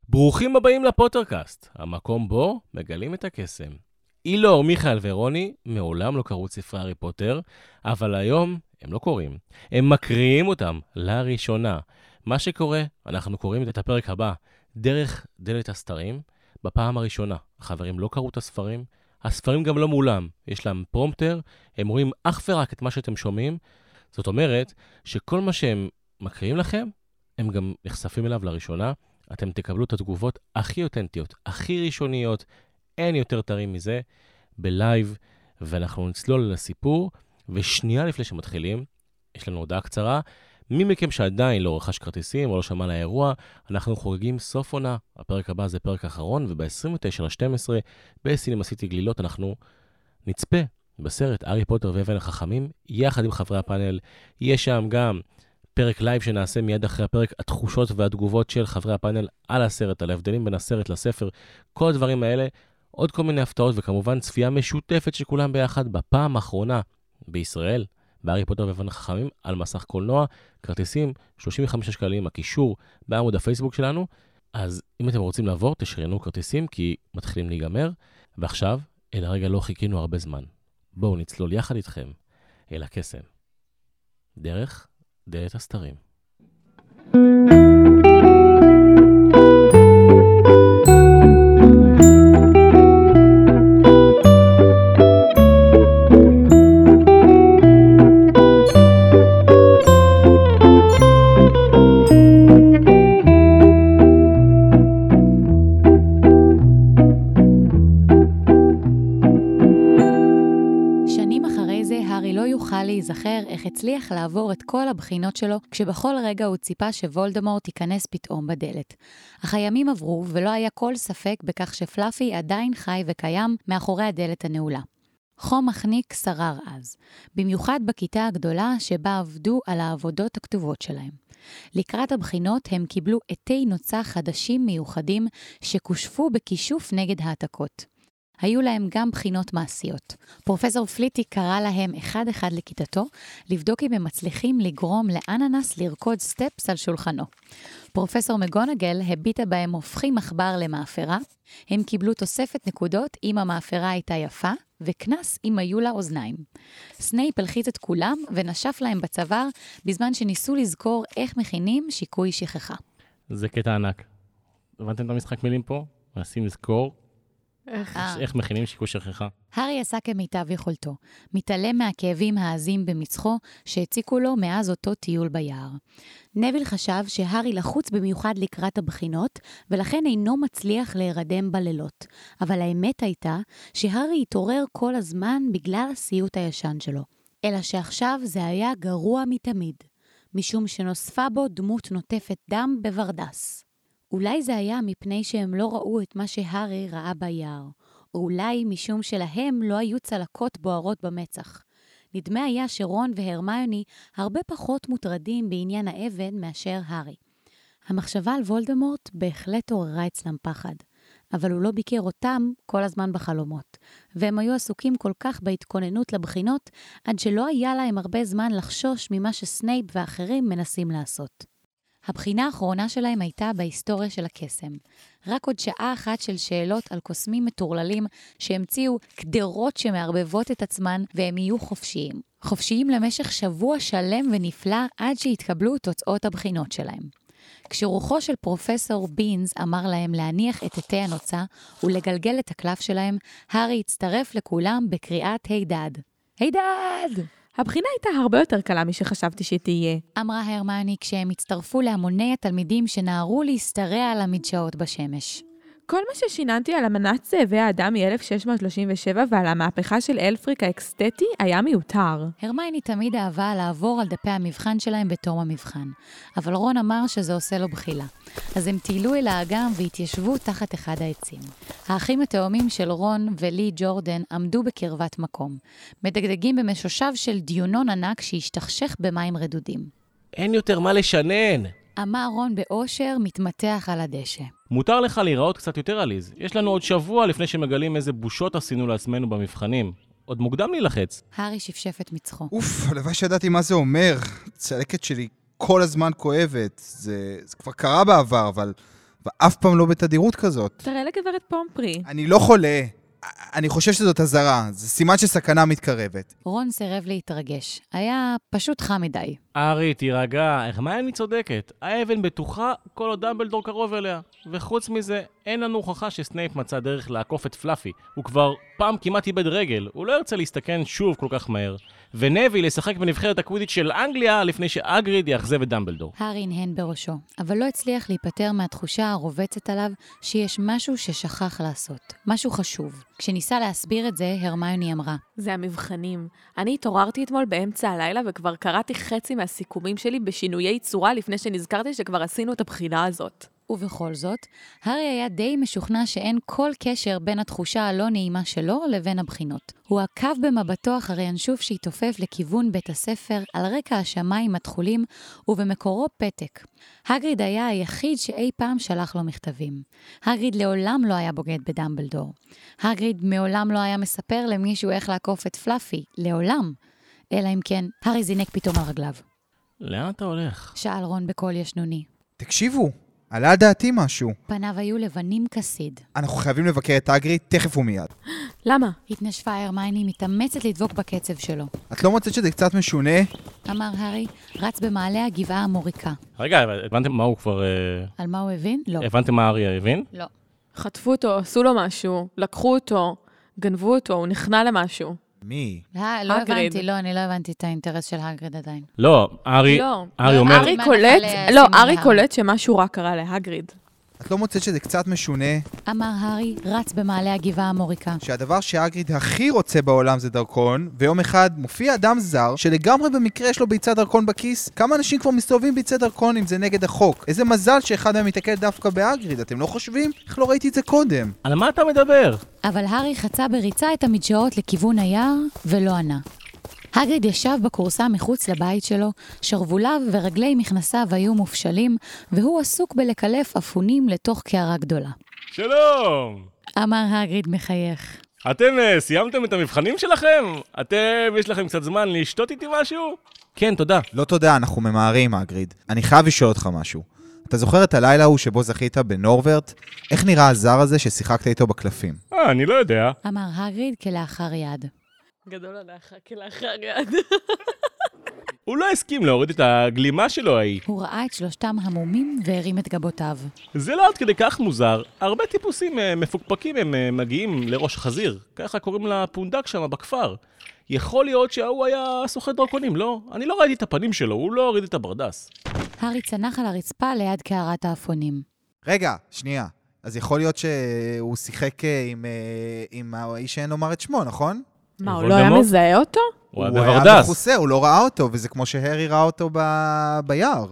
ברוכים הבאים לפוטרקאסט, המקום בו מגלים את הקסם. אילור, מיכאל ורוני מעולם לא קראו את ספרי הארי פוטר, אבל היום הם לא קוראים. הם מקריאים אותם לראשונה. מה שקורה, אנחנו קוראים את הפרק הבא, דרך דלת הסתרים, בפעם הראשונה. החברים לא קראו את הספרים, הספרים גם לא מולם. יש להם פרומפטר, הם רואים אך ורק את מה שאתם שומעים. זאת אומרת שכל מה שהם מקריאים לכם, הם גם נחשפים אליו לראשונה. אתם תקבלו את התגובות הכי אותנטיות, הכי ראשוניות, אין יותר טרים מזה, בלייב, ואנחנו נצלול לסיפור, ושנייה לפני שמתחילים, יש לנו הודעה קצרה, מי מכם שעדיין לא רכש כרטיסים או לא שמע לאירוע, אנחנו חוגגים סוף עונה, הפרק הבא זה פרק אחרון, וב-29/12, בסינמה סיטי גלילות, אנחנו נצפה בסרט הארי פוטר ואבן החכמים, יחד עם חברי הפאנל, יש שם גם פרק לייב שנעשה מיד אחרי הפרק, התחושות והתגובות של חברי הפאנל על הסרט, על ההבדלים בין הסרט לספר, כל הדברים האלה, עוד כל מיני הפתעות, וכמובן צפייה משותפת שכולם ביחד בפעם האחרונה בישראל, בהארי פוטר ואבן החכמים, על מסך קולנוע, כרטיסים, 35 שקלים, הקישור בעמוד הפייסבוק שלנו, אז אם אתם רוצים לעבור, תשריינו כרטיסים, כי מתחילים להיגמר, ועכשיו, אל הרגע לא חיכינו הרבה זמן. בואו נצלול יחד איתכם אל הקסם. דרך דלת הסתרים. להיזכר איך הצליח לעבור את כל הבחינות שלו, כשבכל רגע הוא ציפה שוולדמורט ייכנס פתאום בדלת. אך הימים עברו ולא היה כל ספק בכך שפלאפי עדיין חי וקיים מאחורי הדלת הנעולה. חום מחניק שרר אז, במיוחד בכיתה הגדולה שבה עבדו על העבודות הכתובות שלהם. לקראת הבחינות הם קיבלו עטי נוצה חדשים מיוחדים שקושפו בכישוף נגד העתקות. היו להם גם בחינות מעשיות. פרופסור פליטי קרא להם אחד לכיתתו, לבדוק אם הם מצליחים לגרום לאננס לרקוד סטפס על שולחנו. פרופסור מגונגל הביטה בהם הופכים מחבר למאפרה. הם קיבלו תוספת נקודות אם המאפרה הייתה יפה, וכנס אם היו לה אוזניים. סנייפ הלחיץ את כולם ונשף להם בצוואר, בזמן שניסו לזכור איך מכינים שיקוי שכחה. זה קטע ענק. הבנתם את המשחק מילים פה? מנסים לזכור. איך מכינים שיקוי שכחה? הארי עשה כמיטב יכולתו, מתעלם מהכאבים העזים במצחו שהציקו לו מאז אותו טיול ביער. נביל חשב שהארי לחוץ במיוחד לקראת הבחינות, ולכן אינו מצליח להירדם בלילות. אבל האמת הייתה שהארי התעורר כל הזמן בגלל הסיוט הישן שלו. אלא שעכשיו זה היה גרוע מתמיד, משום שנוספה בו דמות נוטפת דם בוורדס. אולי זה היה מפני שהם לא ראו את מה שהארי ראה ביער, או אולי משום שלהם לא היו צלקות בוערות במצח. נדמה היה שרון והרמיוני הרבה פחות מוטרדים בעניין האבן מאשר הארי. המחשבה על וולדמורט בהחלט עוררה אצלם פחד, אבל הוא לא ביקר אותם כל הזמן בחלומות, והם היו עסוקים כל כך בהתכוננות לבחינות, עד שלא היה להם הרבה זמן לחשוש ממה שסנייפ ואחרים מנסים לעשות. הבחינה האחרונה שלהם הייתה בהיסטוריה של הקסם. רק עוד שעה אחת של שאלות על קוסמים מטורללים שהמציאו קדרות שמערבבות את עצמן והם יהיו חופשיים. חופשיים למשך שבוע שלם ונפלא עד שהתקבלו תוצאות הבחינות שלהם. כשרוחו של פרופסור בינס אמר להם להניח את עטי הנוצה ולגלגל את הקלף שלהם, הארי הצטרף לכולם בקריאת הידד. הידד! הבחינה הייתה הרבה יותר קלה משחשבתי שתהיה. אמרה הרמיוני כשהם הצטרפו להמוני התלמידים שנערו להסתרע על המדשאות בשמש. כל מה ששיננתי על אמנת זאבי האדם מ-1637 ועל המהפכה של אלפריק האקסטטי היה מיותר. הרמיוני תמיד אהבה לעבור על דפי המבחן שלהם בתום המבחן, אבל רון אמר שזה עושה לו בחילה. אז הם טיילו אל האגם והתיישבו תחת אחד העצים. האחים התאומים של רון ולי ג'ורדן עמדו בקרבת מקום, מדגדגים במשושיו של דיונון ענק שהשתכשך במים רדודים. אין יותר מה לשנן! אמר רון באושר מתמתח על הדשא. מותר לך להיראות קצת יותר עליז. יש לנו עוד שבוע לפני שמגלים איזה בושות עשינו לעצמנו במבחנים. עוד מוקדם להילחץ. הארי שפשף את מצחו. אוף, הלוואי שידעתי מה זה אומר. צלקת שלי כל הזמן כואבת. זה כבר קרה בעבר, אבל ואף פעם לא בתדירות כזאת. תראה לגברת פומפרי. אני לא חולה. אני חושב שזאת הזרה. זה סימן שסכנה מתקרבת. רון סירב להתרגש. היה פשוט חם מדי. ארי, תירגע, הרמיוני צודקת. האבן בטוחה כל עוד דמבלדור קרוב אליה. וחוץ מזה, אין לנו הוכחה שסנייפ מצא דרך לעקוף את פלאפי. הוא כבר פעם כמעט איבד רגל. הוא לא ירצה להסתכן שוב כל כך מהר. ונביל לשחק בנבחרת הקווידיץ' של אנגליה לפני שאגריד יאכזב את דמבלדור. הארי הנהן בראשו, אבל לא הצליח להיפטר מהתחושה הרובצת עליו שיש משהו ששכח לעשות. משהו חשוב. כשניסה להסביר את זה, הרמיוני אמרה. זה המבחנים. אני התעוררתי אתמול באמצע הלילה וכבר קראתי חצי מהסיכומים שלי בשינויי צורה לפני שנזכרתי שכבר עשינו את הבחינה הזאת. ובכל זאת, הארי היה די משוכנע שאין כל קשר בין התחושה הלא נעימה שלו לבין הבחינות. הוא עקב במבטו אחרי ינשוף שהתעופף לכיוון בית הספר על רקע השמיים התכולים ובמקורו פתק. הגריד היה היחיד שאי פעם שלח לו מכתבים. הגריד לעולם לא היה בוגד בדמבלדור. הגריד מעולם לא היה מספר למישהו איך לעקוף את פלאפי, לעולם. אלא אם כן, הארי זינק פתאום על רגליו. לאן אתה הולך? שאל רון בקול ישנוני. תקשיבו, עלה על דעתי משהו. פניו היו לבנים כסיד. אנחנו חייבים לבקר את אגריד תכף ומיד. למה? התנשפה הרמיוני מתאמצת לדבוק בקצב שלו. את לא מוצאת שזה קצת משונה? אמר הארי, רץ במעלה הגבעה המוריקה. רגע, הבנתם מה הוא כבר... על מה הוא הבין? לא. הבנתם מה ארי הבין? לא. חטפו אותו, עשו לו משהו, לקחו אותו, גנבו אותו, הוא נכנע למשהו. מי? לא הגריד. הבנתי, אני לא הבנתי את האינטרס של הגריד עדיין. לא, ארי אומר... ארי קולט שמשהו רע קרה להגריד. את לא מוצאת שזה קצת משונה? אמר הארי, רץ במעלה הגבעה המוריקה. שהדבר שהאגריד הכי רוצה בעולם זה דרכון, ויום אחד מופיע אדם זר שלגמרי במקרה יש לו ביצה דרכון בכיס. כמה אנשים כבר מסתובבים ביצי דרכון אם זה נגד החוק? איזה מזל שאחד מהם מתקל דווקא באגריד, אתם לא חושבים? איך לא ראיתי את זה קודם? על מה אתה מדבר? אבל הארי חצה בריצה את המדשאות לכיוון היער ולא ענה. הגריד ישב בקורסה מחוץ לבית שלו, שרבוליו ורגלי מכנסיו היו מופשלים, והוא עסוק בלקלף אפונים לתוך קערה גדולה. שלום! אמר הגריד מחייך. אתם סיימתם את המבחנים שלכם? יש לכם קצת זמן לשתות איתי משהו? כן, תודה. לא תודה, אנחנו ממהרים, אגריד. אני חייב לשאול אותך משהו. אתה זוכר את הלילה ההוא שבו זכית בנורברט? איך נראה הזר הזה ששיחקת איתו בקלפים? אני לא יודע. אמר הגריד כלאחר יד. גדול עליך כלאחר יד. הוא לא הסכים להוריד את הגלימה שלו ההיא. הוא ראה את שלושתם המומים והרים את גבותיו. זה לא עד כדי כך מוזר. הרבה טיפוסים מפוקפקים הם מגיעים לראש חזיר. ככה קוראים לפונדק שם בכפר. יכול להיות שהוא היה סוחר דרקונים, לא? אני לא ראיתי את הפנים שלו, הוא לא הוריד את הברדס. הארי צנח על הרצפה ליד קערת האפונים. רגע, שנייה. אז יכול להיות שהוא שיחק עם האיש שאין לומר את שמו, נכון? מה, הוא לא היה מזהה אותו? הוא היה הוא היה בברדס. מחוסה, הוא לא ראה אותו, וזה כמו שהרי ראה אותו ביער.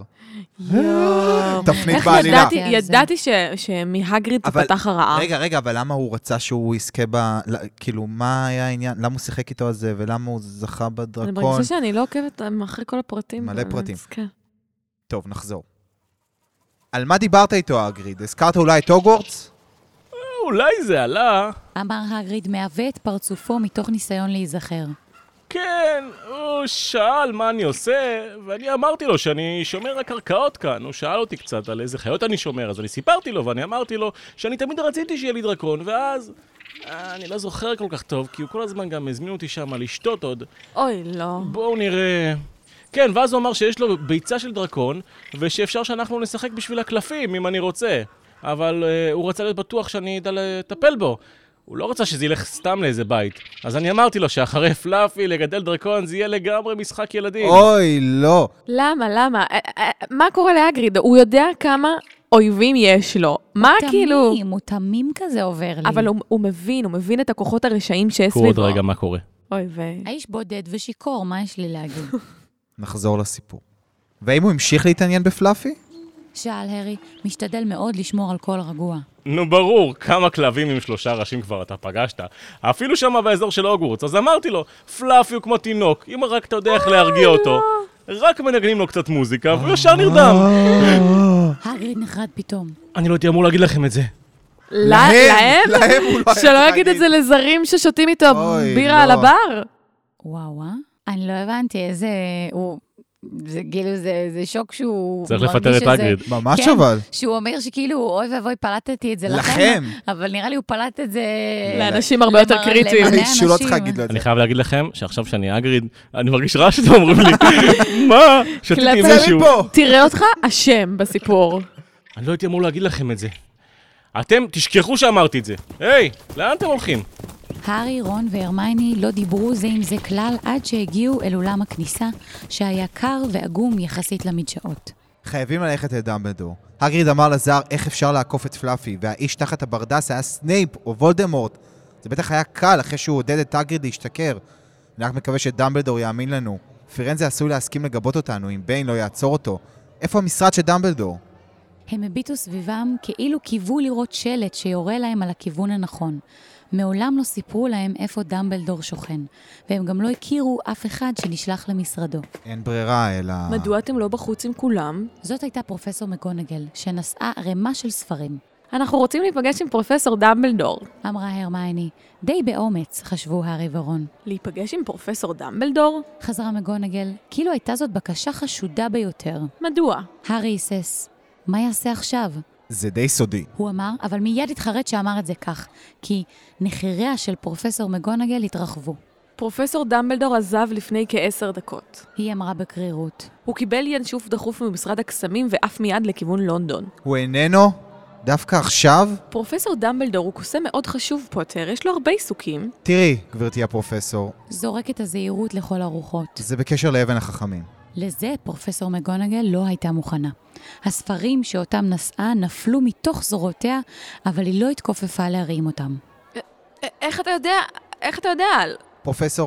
תפנית בעלילה. ידעתי שמהגריד תפתח הרעה. רגע, אבל למה הוא רצה שהוא יזכה כאילו, מה היה העניין? למה הוא שיחק איתו על זה, ולמה הוא זכה בדרקון? אני מרגישה שאני לא עוקבת אחרי כל הפרטים. מלא פרטים. טוב, נחזור. על מה דיברת איתו, הגריד? הזכרת אולי את הוגוורטס? אולי זה עלה. אמר הגריד מהווה את פרצופו מתוך ניסיון להיזכר. כן, הוא שאל מה אני עושה, ואני אמרתי לו שאני שומר הקרקעות כאן. הוא שאל אותי קצת על איזה חיות אני שומר, אז אני סיפרתי לו, ואני אמרתי לו שאני תמיד רציתי שיהיה לי דרקון, ואז אני לא זוכר כל כך טוב, כי הוא כל הזמן גם הזמין אותי שם לשתות עוד. אוי, לא. בואו נראה. כן, ואז הוא אמר שיש לו ביצה של דרקון, ושאפשר שאנחנו נשחק בשביל הקלפים, אם אני רוצה. אבל הוא רצה להיות בטוח שאני אדע לטפל בו. הוא לא רצה שזה ילך סתם לאיזה בית. אז אני אמרתי לו שאחרי פלאפי לגדל דרקון זה יהיה לגמרי משחק ילדים. אוי, לא. למה? מה קורה להגריד? הוא יודע כמה אויבים יש לו. מה כאילו? הוא תמים כזה עובר לי. אבל הוא מבין את הכוחות הרשעים שיש קורא עוד סביבו. רגע מה קורה. אוי ויי. האיש בודד ושיקור, מה יש לי להגיד? נחזור לסיפור. והאם הוא המשיך להתעניין בפלאפי? שאל הרי, משתדל מאוד לשמור על כל רגוע. נו ברור, כמה כלבים עם 3 ראשים כבר אתה פגשת. אפילו שם באזור של הוגוורטס. אז אמרתי לו, פלאפי הוא כמו תינוק, אם רק אתה יודע איך להרגיע אותו. רק מנגנים לו קצת מוזיקה, והוא ישר נרדם. הגריד נחרד פתאום. אני לא הייתי אמור להגיד לכם את זה. להם? הוא לא שלא יגיד את זה לזרים ששותים איתו אוי, בירה לא. על הבר. וואו, אני לא הבנתי איזה... זה כאילו, זה שוק שהוא... צריך לפטר את אגריד. ממש כן, אבל. שהוא אומר שכאילו, אוי ואבוי, פלטתי את זה לכם. אבל נראה לי הוא פלט את זה... לאנשים הרבה יותר קריטיים. למלא שהוא לא צריך אנשים. להגיד לו את זה. אני חייב להגיד לכם שעכשיו שאני אגריד, אני מרגיש רע שאתם אומרים לי, מה? שתיתי עם כלפי מישהו. פה. תראה אותך אשם בסיפור. אני לא הייתי אמור להגיד לכם את זה. אתם תשכחו שאמרתי את זה. היי, לאן אתם הולכים? הארי, רון והרמייני לא דיברו זה עם זה כלל עד שהגיעו אל אולם הכניסה, שהיה קר ועגום יחסית למדשאות. חייבים ללכת לדמבלדור. הגריד אמר לזר איך אפשר לעקוף את פלאפי, והאיש תחת הברדס היה סנייפ או וולדמורט. זה בטח היה קל אחרי שהוא עודד את הגריד להשתכר. אני רק מקווה שדמבלדור יאמין לנו. פירנזה עשוי להסכים לגבות אותנו אם ביין לא יעצור אותו. איפה המשרד של דמבלדור? הם הביטו סביבם כאילו קיוו לראות שלט שיורה להם על הכיוון הנכון. מעולם לא סיפרו להם איפה דמבלדור שוכן, והם גם לא הכירו אף אחד שנשלח למשרדו. אין ברירה, אלא... מדוע אתם לא בחוץ עם כולם? זאת הייתה פרופסור מקגונגל, שנשאה רמה של ספרים. אנחנו רוצים להיפגש עם פרופסור דמבלדור. אמרה הרמייני, די באומץ, חשבו הארי ורון. להיפגש עם פרופסור דמבלדור? חזרה מקגונגל, כאילו הייתה זאת בקשה חשודה ביותר. מדוע? הארי היסס, מה יעשה עכשיו? זה די סודי. הוא אמר, אבל מיד התחרט שאמר את זה כך, כי נחיריה של פרופסור מקגונגל התרחבו. פרופסור דמבלדור עזב לפני כ10 דקות. היא אמרה בקרירות. הוא קיבל ינשוף דחוף ממשרד הקסמים ואף מיד לכיוון לונדון. הוא איננו? דווקא עכשיו? פרופסור דמבלדור הוא קוסם מאוד חשוב, פוטר, יש לו הרבה עיסוקים. תראי, גברתי הפרופסור, זורק את הזהירות לכל הרוחות. זה בקשר לאבן החכמים. לזה פרופסור מקגונגל לא הייתה מוכנה. הספרים שאותם נשאה נפלו מתוך זרועותיה, אבל היא לא התכופפה להרים אותם. איך אתה יודע? איך אתה יודע? פרופסור,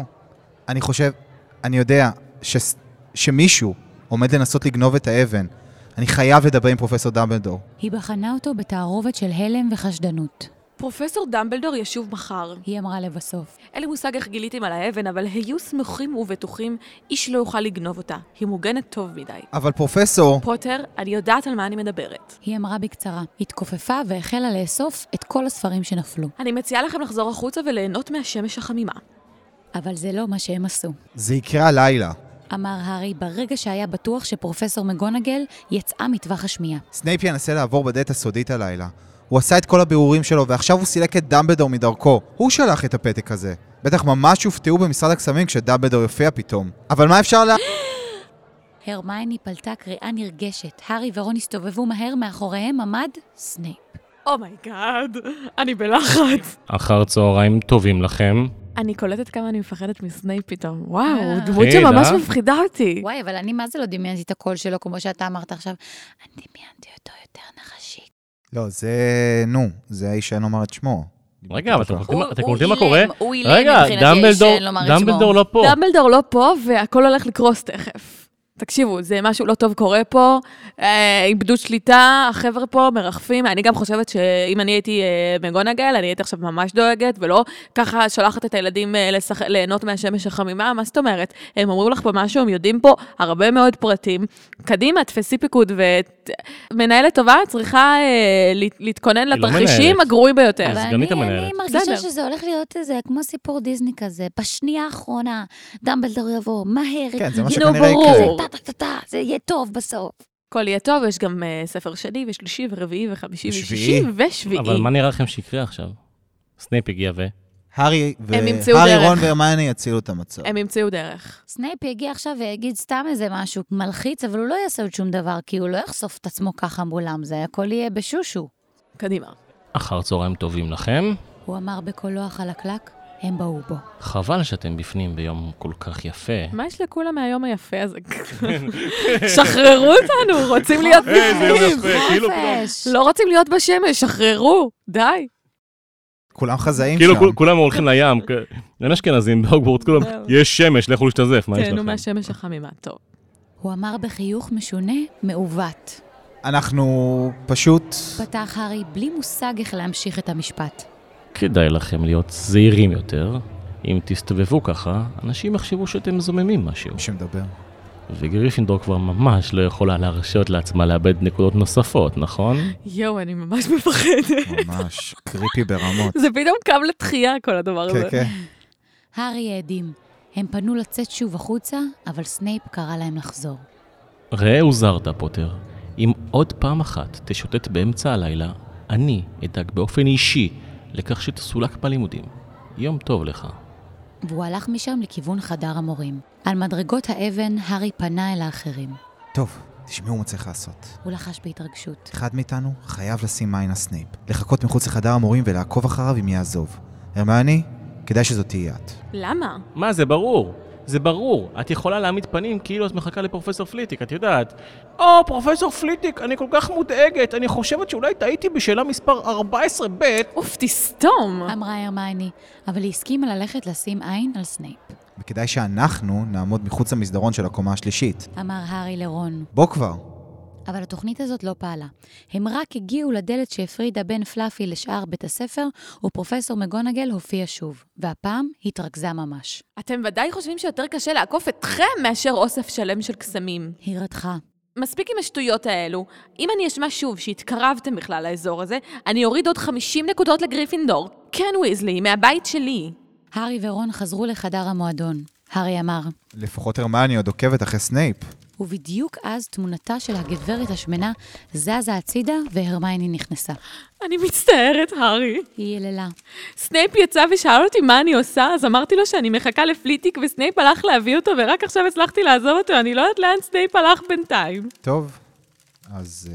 אני יודע שמישהו עומד לנסות לגנוב את האבן. אני חייב לדבר עם פרופסור דמבלדור. היא בחנה אותו בתערובת של הלם וחשדנות. פרופסור דמבלדור ישוב מחר. היא אמרה לבסוף. אין לי מושג איך גיליתם על האבן, אבל היו סמוכים ובטוחים, איש לא יוכל לגנוב אותה. היא מוגנת טוב מדי. אבל פרופסור... פוטר, אני יודעת על מה אני מדברת. היא אמרה בקצרה. התכופפה והחלה לאסוף את כל הספרים שנפלו. אני מציעה לכם לחזור החוצה וליהנות מהשמש החמימה. אבל זה לא מה שהם עשו. זה יקרה הלילה. אמר הארי ברגע שהיה בטוח שפרופסור מקגונגל יצאה מטווח השמיעה. סנייפ ינסה לעבור בדלת הסודית הלילה. הוא עשה את כל הבירורים שלו, ועכשיו הוא סילק את דמבלדור מדרכו. הוא שלח את הפתק הזה. בטח ממש הופתעו במשרד הקסמים כשדמבלדור יופיע פתאום. אבל מה אפשר הרמייני פלטה קריאה נרגשת. הארי ורון הסתובבו מהר, מאחוריהם עמד סנייפ. אומייגאד, אני בלחץ. אחר צהריים טובים לכם. אני קולטת כמה אני מפחדת מסנייפ פתאום. וואו, דמות שממש מפחידה אותי. וואי, אבל אני מה זה לא דמיינתי את הקול שלו, כמו שאתה אמרת עכשיו. אני דמיינתי אותו יותר נחשי. לא, זה האיש שאין לומר את שמו. רגע, אבל אתם קולטים מה קורה? הוא אילם רגע, מבחינתי שאין לומר את שמו. דמבלדור לא פה. דמבלדור לא פה, והכל הולך לקרוס תכף. תקשיבו, זה משהו לא טוב קורה פה, איבדו שליטה, החבר'ה פה מרחפים, אני גם חושבת שאם אני הייתי מקגונגל, אני הייתי עכשיו ממש דואגת, ולא ככה שולחת את הילדים ליהנות מהשמש החמימה, מה זאת אומרת? הם אומרים לך פה משהו, הם יודעים פה הרבה מאוד פרטים, קדימה, תפסי פיקוד, ומנהלת טובה צריכה להתכונן לתרחישים הגרועים ביותר. סגנית המנהלת. אני מרגישה שזה הולך להיות איזה, כמו סיפור דיסני כזה, בשנייה האחרונה, דמבלדור יבוא, מהר, כן, זה מה שכנראה יקרה. זה יהיה טוב בסוף. הכל יהיה טוב, יש גם ספר שני ושלישי ורביעי וחמישי ושביעי. ושישי ושביעי. אבל מה נראה לכם שיקרה עכשיו? סנייפ הגיע הארי ימצאו דרך. רון והרמייני יצילו את המצב. הם ימצאו דרך. סנייפ יגיע עכשיו ויגיד סתם איזה משהו מלחיץ, אבל הוא לא יעשה עוד שום דבר, כי הוא לא יחשוף את עצמו ככה מולם, זה הכל יהיה בשושו. קדימה. אחר צהריים טובים לכם. הוא אמר בקולו החלקלק, הם באו בו. חבל שאתם בפנים ביום כל כך יפה. מה יש לכולם מהיום היפה הזה? שחררו אותנו, רוצים להיות בפנים. חופש. לא רוצים להיות בשמש, שחררו, די. כולם חזאים כאילו שם. כולם הולכים לים. אין אשכנזים בהוגוורטס, כולם, יש שמש, לכו להשתזף, מה יש תהנו לכם? מהשמש החמימה, טוב. הוא אמר בחיוך משונה, מעוות. אנחנו פשוט... פתח הארי בלי מושג איך להמשיך את המשפט. כדאי לכם להיות זהירים יותר. אם תסתובבו ככה, אנשים יחשבו שאתם זוממים משהו. מי שמדבר. וגריפינדור כבר ממש לא יכולה להרשות לעצמה לאבד נקודות נוספות, נכון? יואו, אני ממש מפחדת. ממש קריפי ברמות. זה פתאום קם לתחייה כל הדבר הזה. כן, כן. הארי העדים. הם פנו לצאת שוב החוצה, אבל סנייפ קרא להם לחזור. ראה הוזרת, פוטר. אם עוד פעם אחת תשוטט באמצע הלילה, אני אדאג באופן אישי לכך שתסולק בלימודים. יום טוב לך. והוא הלך משם לכיוון חדר המורים. על מדרגות האבן, הארי פנה אל האחרים. טוב, תשמעו מה צריך לעשות. הוא לחש בהתרגשות. אחד מאיתנו חייב לשים עין על סנייפ. לחכות מחוץ לחדר המורים ולעקוב אחריו אם יעזוב. הרמיוני, כדאי שזאת תהיה את. למה? מה, זה ברור. זה ברור. את יכולה להעמיד פנים כאילו את מחכה לפרופסור פליטיק, את יודעת. פרופסור פליטיק, אני כל כך מודאגת. אני חושבת שאולי טעיתי בשאלה מספר 14ב'. אוף, תסתום. אמרה הרמיוני, אבל היא הסכימה ללכת לשים עין על סנייפ. וכדאי שאנחנו נעמוד מחוץ למסדרון של הקומה השלישית. אמר הארי לרון. בוא כבר. אבל התוכנית הזאת לא פעלה. הם רק הגיעו לדלת שהפרידה בין פלאפי לשאר בית הספר, ופרופסור מגונגל הופיע שוב, והפעם התרכזה ממש. אתם ודאי חושבים שיותר קשה לעקוף אתכם מאשר אוסף שלם של קסמים. היא רתחה. מספיק עם השטויות האלו. אם אני אשמע שוב שהתקרבתם בכלל לאזור הזה, אני אוריד עוד 50 נקודות לגריפינדור. כן, ויזלי, מהבית שלי. הארי ורון חזרו לחדר המועדון. הארי אמר, לפחות הרמיוני עוד עוקבת אחרי סנייפ. ובדיוק אז תמונתה של הגברת השמנה זזה הצידה והרמיוני נכנסה. אני מצטערת, הארי. היא יללה. סנייפ יצא ושאל אותי מה אני עושה, אז אמרתי לו שאני מחכה לפליטיק, וסנייפ הלך להביא אותו, ורק עכשיו הצלחתי לעזוב אותו, אני לא יודעת לאן סנייפ הלך בינתיים. טוב, אז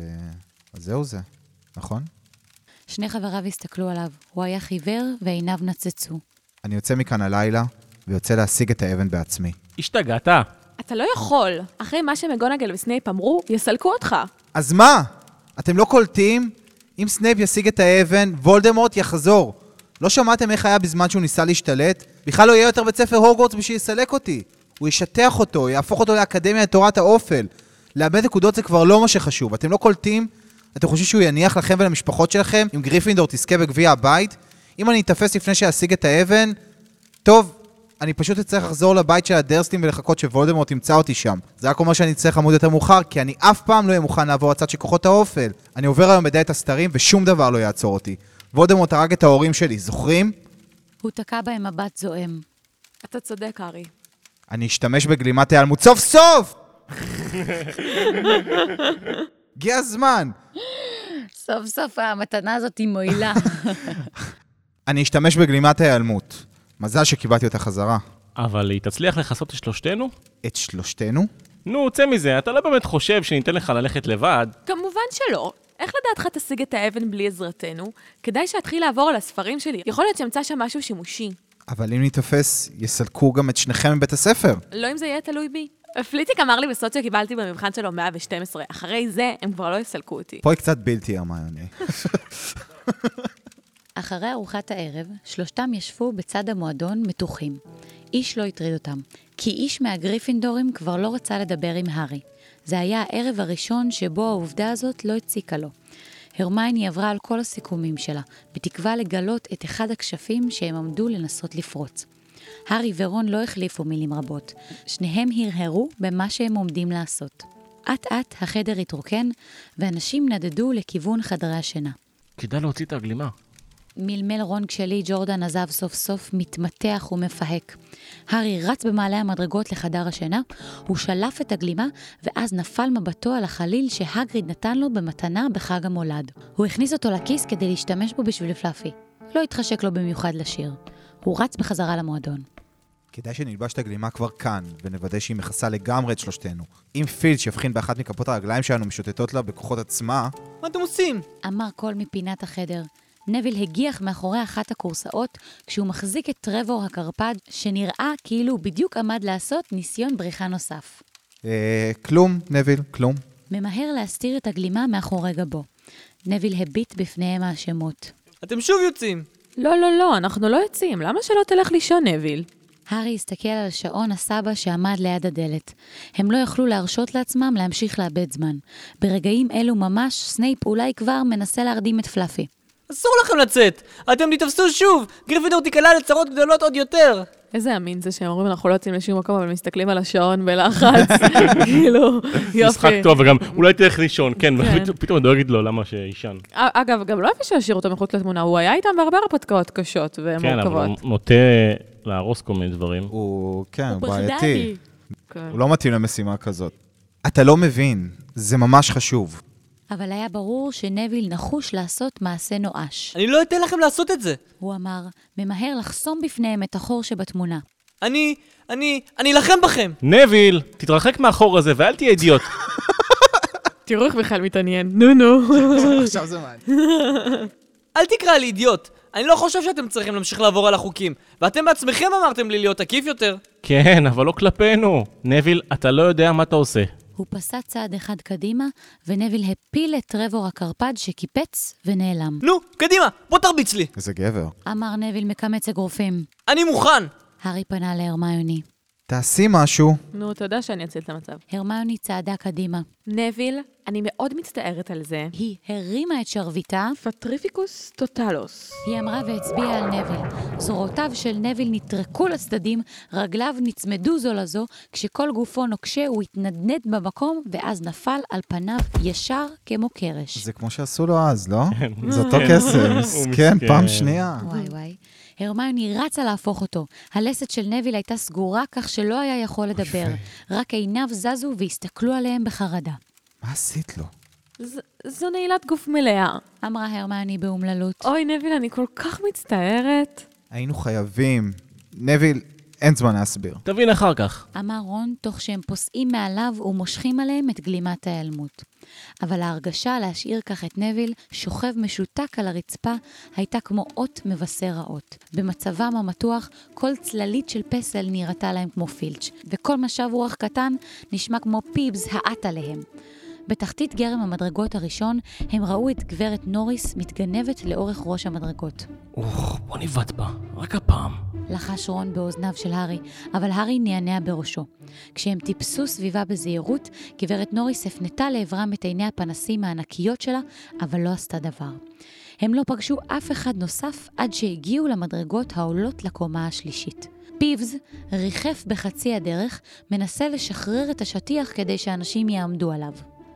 זהו זה, נכון? שני חבריו הסתכלו עליו. הוא היה חיוור ועיניו נצצו. אני יוצא מכאן הלילה, ויוצא להשיג את האבן בעצמי. השתגעת. אתה לא יכול. אחרי מה שמגונגל וסנייפ אמרו, יסלקו אותך. אז מה? אתם לא קולטים? אם סנייפ ישיג את האבן, וולדמורט יחזור. לא שמעתם איך היה בזמן שהוא ניסה להשתלט? בכלל לא יהיה יותר בית ספר הוגוורטס בשביל יסלק אותי. הוא ישטח אותו, יהפוך אותו לאקדמיה לתורת האופל. לאבד נקודות זה כבר לא מה שחשוב. אתם לא קולטים? אתם חושבים שהוא יניח לכם ולמשפחות שלכם אם גריפינדור תזכה בגביע הבית? אם אני אתפס לפני שישיג את האבן, טוב, אני פשוט אצטרך לחזור לבית של הדרסלים ולחכות שוולדמורט ימצא אותי שם. זה רק אומר שאני אצטרך עמוד יותר מאוחר, כי אני אף פעם לא אהיה מוכן לעבור הצד של כוחות האופל. אני עובר היום בדלת הסתרים ושום דבר לא יעצור אותי. וולדמורט הרג את ההורים שלי, זוכרים? הוא תקע בהם מבט זועם. אתה צודק, הארי. אני אשתמש בגלימת ההיעלמות סוף סוף! הגיע הזמן. סוף סוף המתנה הזאת היא מועילה. אני אשתמש בגלימת ההיעלמות. מזל שקיבלתי אותה חזרה. אבל היא תצליח לחסות את שלושתנו? את שלושתנו? נו, צא מזה, אתה לא באמת חושב שניתן לך ללכת לבד? כמובן שלא. איך לדעתך תשיג את האבן בלי עזרתנו? כדאי שאתחיל לעבור על הספרים שלי. יכול להיות שימצא שם משהו שימושי. אבל אם נתפס, יסלקו גם את שניכם מבית הספר. לא אם זה יהיה תלוי בי. פליטיק אמר לי בסוד שקיבלתי במבחן שלו 112. אחרי זה הם כבר לא יסלקו אותי. פה היא קצת בלתי הרמיוני. אחרי ארוחת הערב, שלושתם ישבו בצד המועדון מתוחים. איש לא הטריד אותם, כי איש מהגריפינדורים כבר לא רצה לדבר עם הארי. זה היה הערב הראשון שבו העובדה הזאת לא הציקה לו. הרמיוני עברה על כל הסיכומים שלה, בתקווה לגלות את אחד הכשפים שהם עמדו לנסות לפרוץ. הארי ורון לא החליפו מילים רבות. שניהם הרהרו במה שהם עומדים לעשות. אט-אט החדר התרוקן, ואנשים נדדו לכיוון חדרי השינה. כדאי להוציא את הגלימה. מלמל רון כשלי ג'ורדן עזב סוף סוף מתמתח ומפהק. הארי רץ במעלה המדרגות לחדר השינה, הוא שלף את הגלימה, ואז נפל מבטו על החליל שהגריד נתן לו במתנה בחג המולד. הוא הכניס אותו לכיס כדי להשתמש בו בשביל פלאפי. לא התחשק לו במיוחד לשיר. הוא רץ בחזרה למועדון. כדאי שנלבש את הגלימה כבר כאן, ונוודא שהיא מכסה לגמרי את שלושתנו. אם פילץ' יבחין באחת מכפות הרגליים שלנו משוטטות לה בכוחות עצמה, מה אתם עושים? אמר קול מפינת החדר. נביל הגיח מאחורי אחת הקורסאות, כשהוא מחזיק את טרוור הקרפד, שנראה כאילו הוא בדיוק עמד לעשות ניסיון בריחה נוסף. כלום, נביל, כלום. ממהר להסתיר את הגלימה מאחורי גבו. נביל הביט בפניהם האשמות. אתם שוב יוצאים. לא, אנחנו לא יוצאים. למה שלא תלך לישון, נביל? הארי הסתכל על שעון הסבא שעמד ליד הדלת. הם לא יכלו להרשות לעצמם להמשיך לאבד זמן. ברגעים אלו ממש, סנייפ אולי כבר מנסה להרדים את פלאפי. אסור לכם לצאת. אתם תתפסו שוב. גריפינדור תיקלע לצרות גדולות עוד יותר. איזה אמין זה שהם אומרים, אנחנו לא יוצאים לשום מקום, אבל מסתכלים על השעון בלחץ, כאילו, יופי. משחק טוב, וגם אולי תלך לישון, כן, ופתאום אני דואגת לו למה שישן. אגב, גם לא יפה שישאיר אותו מחוץ לתמונה, הוא היה איתם בהרבה הרפתקאות קשות ומורכבות. כן, אבל הוא נוטה להרוס כל מיני דברים. הוא, כן, הוא פחדני. בעייתי. הוא לא מתאים למשימה כזאת. אתה לא מבין, זה ממש חשוב. אבל היה ברור שנביל נחוש לעשות מעשה נואש. אני לא אתן לכם לעשות את זה. הוא אמר, ממהר לחסום בפניהם את החור שבתמונה. אני אלחם בכם. נביל, תתרחק מהחור הזה ואל תהיה אידיוט. תראו איך בכלל מתעניין, נו. עכשיו זה מעניין. אל תקרא לי אידיוט. אני לא חושב שאתם צריכים להמשיך לעבור על החוקים. ואתם בעצמכם אמרתם לי להיות עקיף יותר. כן, אבל לא כלפינו. נביל, אתה לא יודע מה אתה עושה. הוא פסע צעד אחד קדימה, ונביל הפיל את טרבור הקרפד שקיפץ ונעלם. נו, קדימה, בוא תרביץ לי. איזה גבר. אמר נביל מקמץ אגרופים. אני מוכן. הארי פנה להרמיוני. תעשי משהו. נו, אתה יודע שאני אציל את המצב. הרמיוני צעדה קדימה. נביל, אני מאוד מצטערת על זה. היא הרימה את שרביטה, פטריפיקוס טוטלוס. היא אמרה והצביעה על נביל. זרועותיו של נביל נטרקו לצדדים, רגליו נצמדו זו לזו, כשכל גופו נוקשה הוא התנדנד במקום, ואז נפל על פניו ישר כמו קרש. זה כמו שעשו לו אז, לא? זה אותו קסם. כן, פעם שנייה. וואי. הרמיוני רצה להפוך אותו. הלסת של נביל הייתה סגורה כך שלא היה יכול לדבר. רק עיניו זזו והסתכלו עליהם בחרדה. מה עשית לו? זו נעילת גוף מלאה. אמרה הרמיוני באומללות. אוי, נביל, אני כל כך מצטערת. היינו חייבים. נביל, אין זמן להסביר. תבין אחר כך. אמר רון תוך שהם פוסעים מעליו ומושכים עליהם את גלימת ההיעלמות. אבל ההרגשה להשאיר כך את נביל שוכב משותק על הרצפה הייתה כמו אות מבשר רעות. במצבם המתוח כל צללית של פסל נראתה להם כמו פילץ' וכל משב רוח קטן נשמע כמו פיבס העט עליהם. בתחתית גרם המדרגות הראשון הם ראו את גברת נוריס מתגנבת לאורך ראש המדרגות. בוא ניבט בה, רק הפעם. לחש רון באוזניו של הארי, אבל הארי נענע בראשו. כשהם טיפסו סביבה בזהירות, גברת נוריס הפנתה לעברם את עיני הפנסים הענקיות שלה, אבל לא עשתה דבר. הם לא פגשו אף אחד נוסף עד שהגיעו למדרגות העולות לקומה השלישית. פיבס ריחף בחצי הדרך, מנסה לשחרר את השטיח כדי שאנשים יעמדו עליו.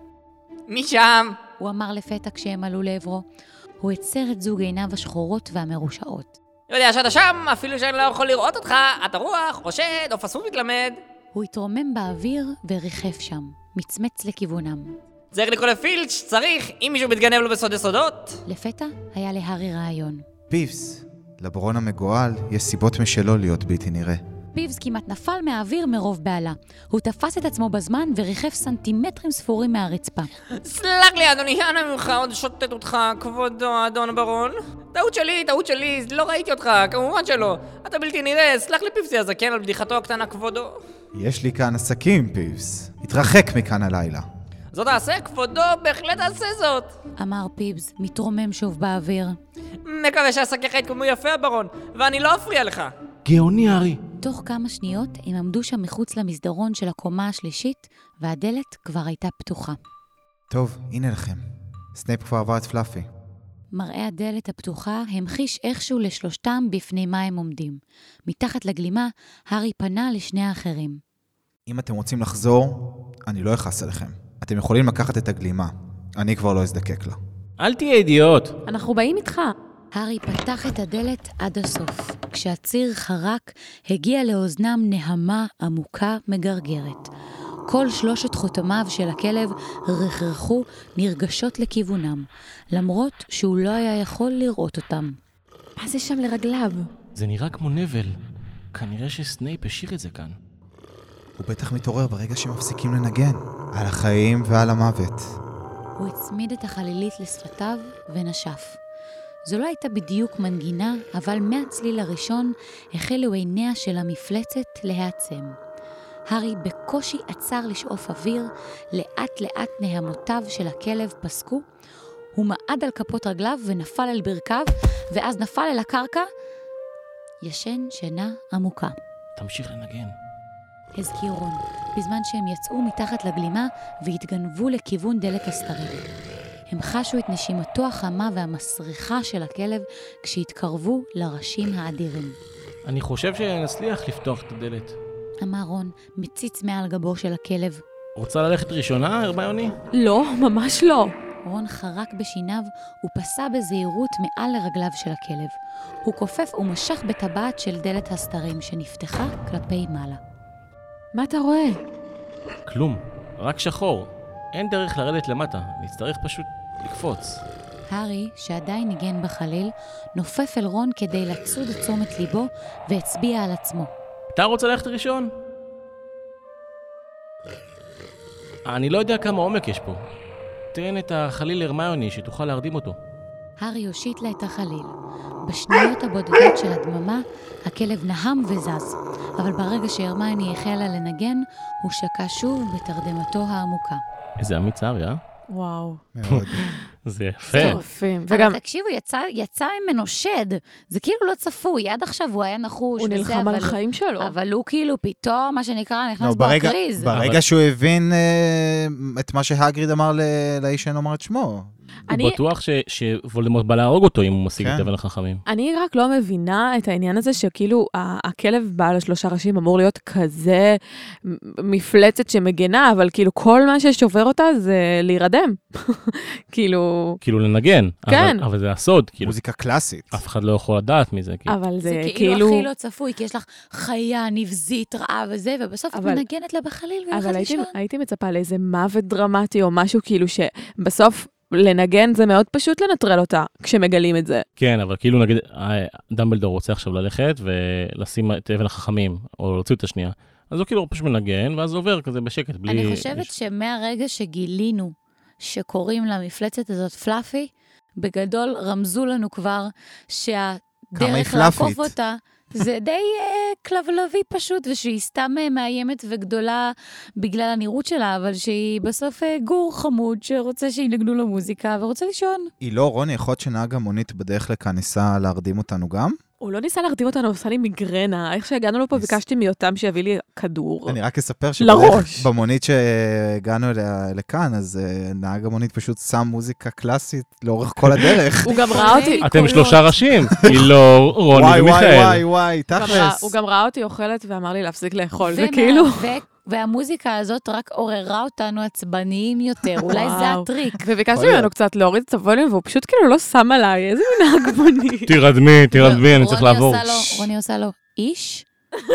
משם. הוא אמר לפתע כשהם עלו לעברו. הוא הצר את זוג עיניו השחורות והמרושעות. יודע שאתה שם, אפילו שאני לא יכול לראות אותך, אתה רוח, או שד, או פסות מתלמד. הוא התרומם באוויר וריחף שם, מצמץ לכיוונם. צריך לקרוא לפילץ', צריך, אם מישהו מתגנב לו בסוד יסודות. לפתע היה להארי רעיון. פיבס, לברון המגועל יש סיבות משלו להיות בלתי נראה. פיבס כמעט נפל מהאוויר מרוב בעלה. הוא תפס את עצמו בזמן וריחף סנטימטרים ספורים מהרצפה. סלח לי, אדוני, אנא ממך, עוד שוטט אותך, כבודו, אדון ברון. טעות שלי, לא ראיתי אותך, כמובן שלא. אתה בלתי נראה, סלח לי פיבסי הזקן על בדיחתו הקטנה, כבודו. יש לי כאן עסקים, פיבס. התרחק מכאן הלילה. זאת תעשה, כבודו, בהחלט תעשה זאת. אמר פיבס, מתרומם שוב באוויר. מקווה שעסקיך יתקומו יפה, ברון, ואני לא אפריע לך. גאוני, הארי. תוך כמה שניות הם עמדו שם מחוץ למסדרון של הקומה השלישית, והדלת כבר הייתה פתוחה. טוב, הנה לכם. סנייפ כבר עבר את פלאפי. מראה הדלת הפתוחה המחיש איכשהו לשלושתם בפני מה הם עומדים. מתחת לגלימה, הארי פנה לשני האחרים. אם אתם רוצים לחזור, אני לא אכעס עליכם. אתם יכולים לקחת את הגלימה. אני כבר לא אזדקק לה. אל תהיה אידיוט. אנחנו באים איתך. הארי פתח את הדלת עד הסוף. כשהציר חרק, הגיע לאוזנם נהמה עמוקה מגרגרת. כל שלושת חותמיו של הכלב רכרחו נרגשות לכיוונם, למרות שהוא לא היה יכול לראות אותם. מה זה שם לרגליו? זה נראה כמו נבל. כנראה שסנייפ השאיר את זה כאן. הוא בטח מתעורר ברגע שמפסיקים לנגן. על החיים ועל המוות. הוא הצמיד את החלילית לשפתיו ונשף. זו לא הייתה בדיוק מנגינה, אבל מהצליל הראשון החלו עיניה של המפלצת להעצם. הארי בקושי עצר לשאוף אוויר, לאט לאט נהמותיו של הכלב פסקו, הוא מעד על כפות רגליו ונפל אל ברכיו, ואז נפל אל הקרקע, ישן שינה עמוקה. תמשיך לנגן. הזכיר רון, בזמן שהם יצאו מתחת לגלימה והתגנבו לכיוון דלת הסתרים. הם חשו את נשימתו החמה והמסריחה של הכלב כשהתקרבו לראשים האדירים. אני חושב שנצליח לפתוח את הדלת. אמר רון, מציץ מעל גבו של הכלב. רוצה ללכת ראשונה, הרמיוני? לא, ממש לא. רון חרק בשיניו ופסע בזהירות מעל לרגליו של הכלב. הוא כופף ומשך בטבעת של דלת הסתרים שנפתחה כלפי מעלה. מה אתה רואה? כלום, רק שחור. אין דרך לרדת למטה, נצטרך פשוט לקפוץ. הארי, שעדיין ניגן בחליל, נופף אל רון כדי לצוד את תשומת ליבו והצביע על עצמו. אתה רוצה ללכת ראשון? אני לא יודע כמה עומק יש פה. תן את החליל הרמיוני שתוכל להרדים אותו. הארי הושיט לה את החליל. בשניות הבודדות של הדממה, הכלב נהם וזז, אבל ברגע שהרמיוני החלה לנגן, הוא שקע שוב בתרדמתו העמוקה. איזה אמיץ הארי, אה? וואו. מאוד. זה יפה. טורפים. וגם... וגם, אבל תקשיבו, יצא ממנו שד. זה כאילו לא צפוי. עד עכשיו הוא היה נחוש. הוא וזה, נלחם על אבל- החיים שלו. אבל הוא כאילו פתאום, מה שנקרא, נכנס לא, בו הקריז. ברגע שהוא הבין את מה שהגריד אמר לאיש שאין אומר את שמו. אני- הוא בטוח שוולדמורט בא להרוג אותו אם הוא משיג כן. את אבן החכמים. אני רק לא מבינה את העניין הזה שכאילו הכלב בעל 3 ראשים אמור להיות כזה מפלצת שמגנה, אבל כאילו כל מה ששובר אותה זה להירדם. כאילו, כאילו לנגן. כן. אבל זה הסוד, כאילו. מוזיקה קלאסית. אף אחד לא יכול לדעת מזה. כאילו. אבל זה זה כאילו כאילו... הכי לא צפוי, כי יש לך חיה נבזית רעה וזה, ובסוף את אבל- מנגנת לה בחליל אבל והולכת לישון. הייתי מצפה לאיזה מוות דרמטי או משהו כאילו שבסוף לנגן זה מאוד פשוט לנטרל אותה כשמגלים את זה. כן, אבל כאילו נגיד, דמבלדור רוצה עכשיו ללכת ולשים את אבן החכמים, או להוציא את השנייה. אז הוא כאילו פשוט מנגן, ואז עובר כזה בשקט, בלי... אני חושבת שמהרגע שגילינו שקוראים למפלצת הזאת פלאפי, בגדול רמזו לנו כבר כמה היא שהדרך פלאפית. לעקוף אותה זה די כלבלבי פשוט, ושהיא סתם מאיימת וגדולה בגלל הנראות שלה, אבל שהיא בסוף גור חמוד שרוצה שינגנו לו מוזיקה ורוצה לישון. היא לא, רוני, יכול להיות שנהג המונית בדרך לכאן ניסה להרדים אותנו גם? הוא לא ניסה להרדים אותנו, הוא עושה לי מיגרנה. איך שהגענו לפה ביקשתי מיותם שיביא לי כדור. אני רק אספר לראש. במונית שהגענו לכאן, אז נהג המונית פשוט שם מוזיקה קלאסית לאורך כל הדרך. הוא גם ראה אותי... אתם 3 ראשים, לא רוני וואי, ומיכאל. וואי, תכלס. הוא גם ראה אותי אוכלת ואמר לי להפסיק לאכול. זה כאילו... והמוזיקה הזאת רק עוררה אותנו עצבניים יותר, אולי זה וואו. הטריק. וביקשתי ממנו קצת להוריד את הווליום, והוא פשוט כאילו לא שם עליי, איזה מנהג מונית. תירדמי, אני צריך לעבור. רוני עושה לו, איש?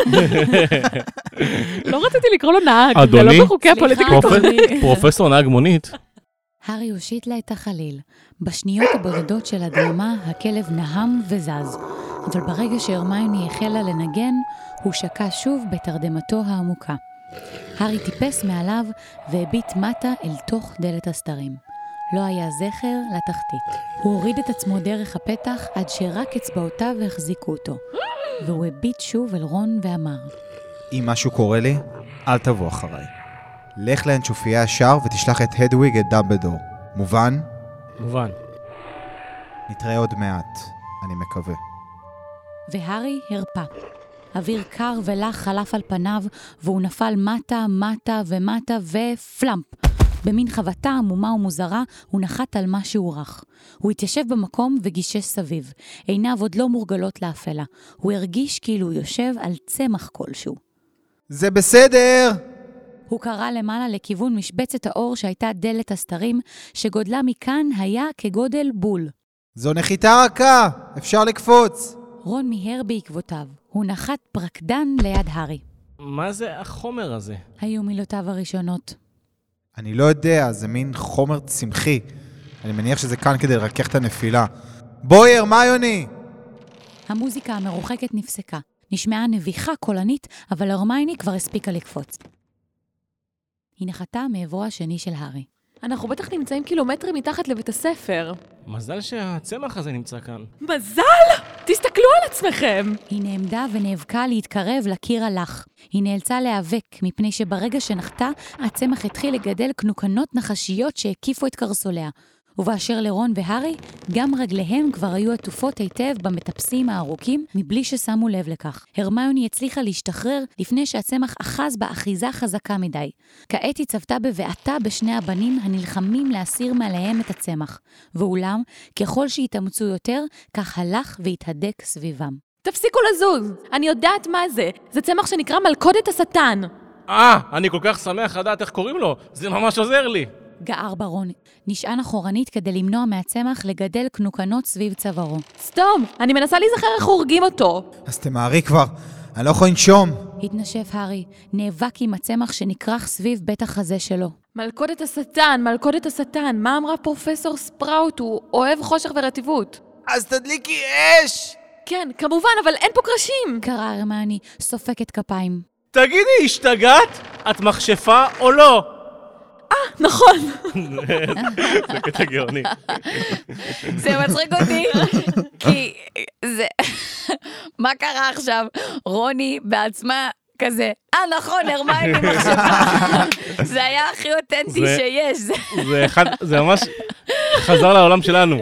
לא רציתי לקרוא לו נהג, זה אדוני? לא בחוקי הפוליטיקה. פרופסור נהג מונית. הארי הושיט לה את החליל. בשניות הבודדות של הדממה, הכלב נהם וזז. אבל ברגע שהרמיוני החלה לנגן, הוא שקע שוב בתרדמתו העמוקה. הארי טיפס מעליו והביט מטה אל תוך דלת הסתרים. לא היה זכר לתחתית. הוא הוריד את עצמו דרך הפתח עד שרק אצבעותיו החזיקו אותו. והוא הביט שוב אל רון ואמר, אם משהו קורה לי, אל תבוא אחריי. לך לאנשופיה השער ותשלח את הדוויג את דמבלדור. מובן? מובן. נתראה עוד מעט, אני מקווה. והארי הרפא. אוויר קר ולח חלף על פניו, והוא נפל מטה, מטה ומטה ופלאמפ. במין חבטה עמומה ומוזרה, הוא נחת על משהו רך. הוא התיישב במקום וגישש סביב. עיניו עוד לא מורגלות לאפלה. הוא הרגיש כאילו הוא יושב על צמח כלשהו. זה בסדר! הוא קרא למעלה לכיוון משבצת האור שהייתה דלת הסתרים, שגודלה מכאן היה כגודל בול. זו נחיתה רכה, אפשר לקפוץ. רון מיהר בעקבותיו. הוא נחת פרקדן ליד הארי. מה זה החומר הזה? היו מילותיו הראשונות. אני לא יודע, זה מין חומר צמחי. אני מניח שזה כאן כדי לרכך את הנפילה. בואי, הרמיוני! המוזיקה המרוחקת נפסקה. נשמעה נביחה קולנית, אבל הרמיוני כבר הספיקה לקפוץ. היא נחתה מעברו השני של הארי. אנחנו בטח נמצאים קילומטרים מתחת לבית הספר. מזל שהצמח הזה נמצא כאן. מזל! תסתכלו על עצמכם! היא נעמדה ונאבקה להתקרב לקיר הלך. היא נאלצה להיאבק, מפני שברגע שנחתה, הצמח התחיל לגדל קנוקנות נחשיות שהקיפו את קרסוליה. ובאשר לרון והארי, גם רגליהם כבר היו עטופות היטב במטפסים הארוכים, מבלי ששמו לב לכך. הרמיוני הצליחה להשתחרר לפני שהצמח אחז באחיזה חזקה מדי. כעת היא צבתה בבעתה בשני הבנים הנלחמים להסיר מעליהם את הצמח. ואולם, ככל שהתאמצו יותר, כך הלך והתהדק סביבם. תפסיקו לזוז, אני יודעת מה זה. זה צמח שנקרא מלכודת השטן. אני כל כך שמח לדעת איך קוראים לו. זה ממש עוזר לי. גער ברון, נשען אחורנית כדי למנוע מהצמח לגדל קנוקנות סביב צווארו. סתום, אני מנסה להיזכר איך הורגים אותו. אז תמהרי כבר, אני לא יכול לנשום. התנשף הארי, נאבק עם הצמח שנקרח סביב בית החזה שלו. מלכודת השטן, מלכודת השטן. מה אמרה פרופסור ספראוט? הוא אוהב חושך ורטיבות. אז תדליקי אש! כן, כמובן, אבל אין פה קרשים. קרא הרמיוני, סופקת כפיים. תגידי, השתגעת? את מכשפה או לא? נכון. זה קטע גאוני. זה מצחיק אותי, כי זה... מה קרה עכשיו? רוני בעצמה כזה, נכון, הרמיוני מחשבה. זה היה הכי אותנטי שיש. זה ממש חזר לעולם שלנו.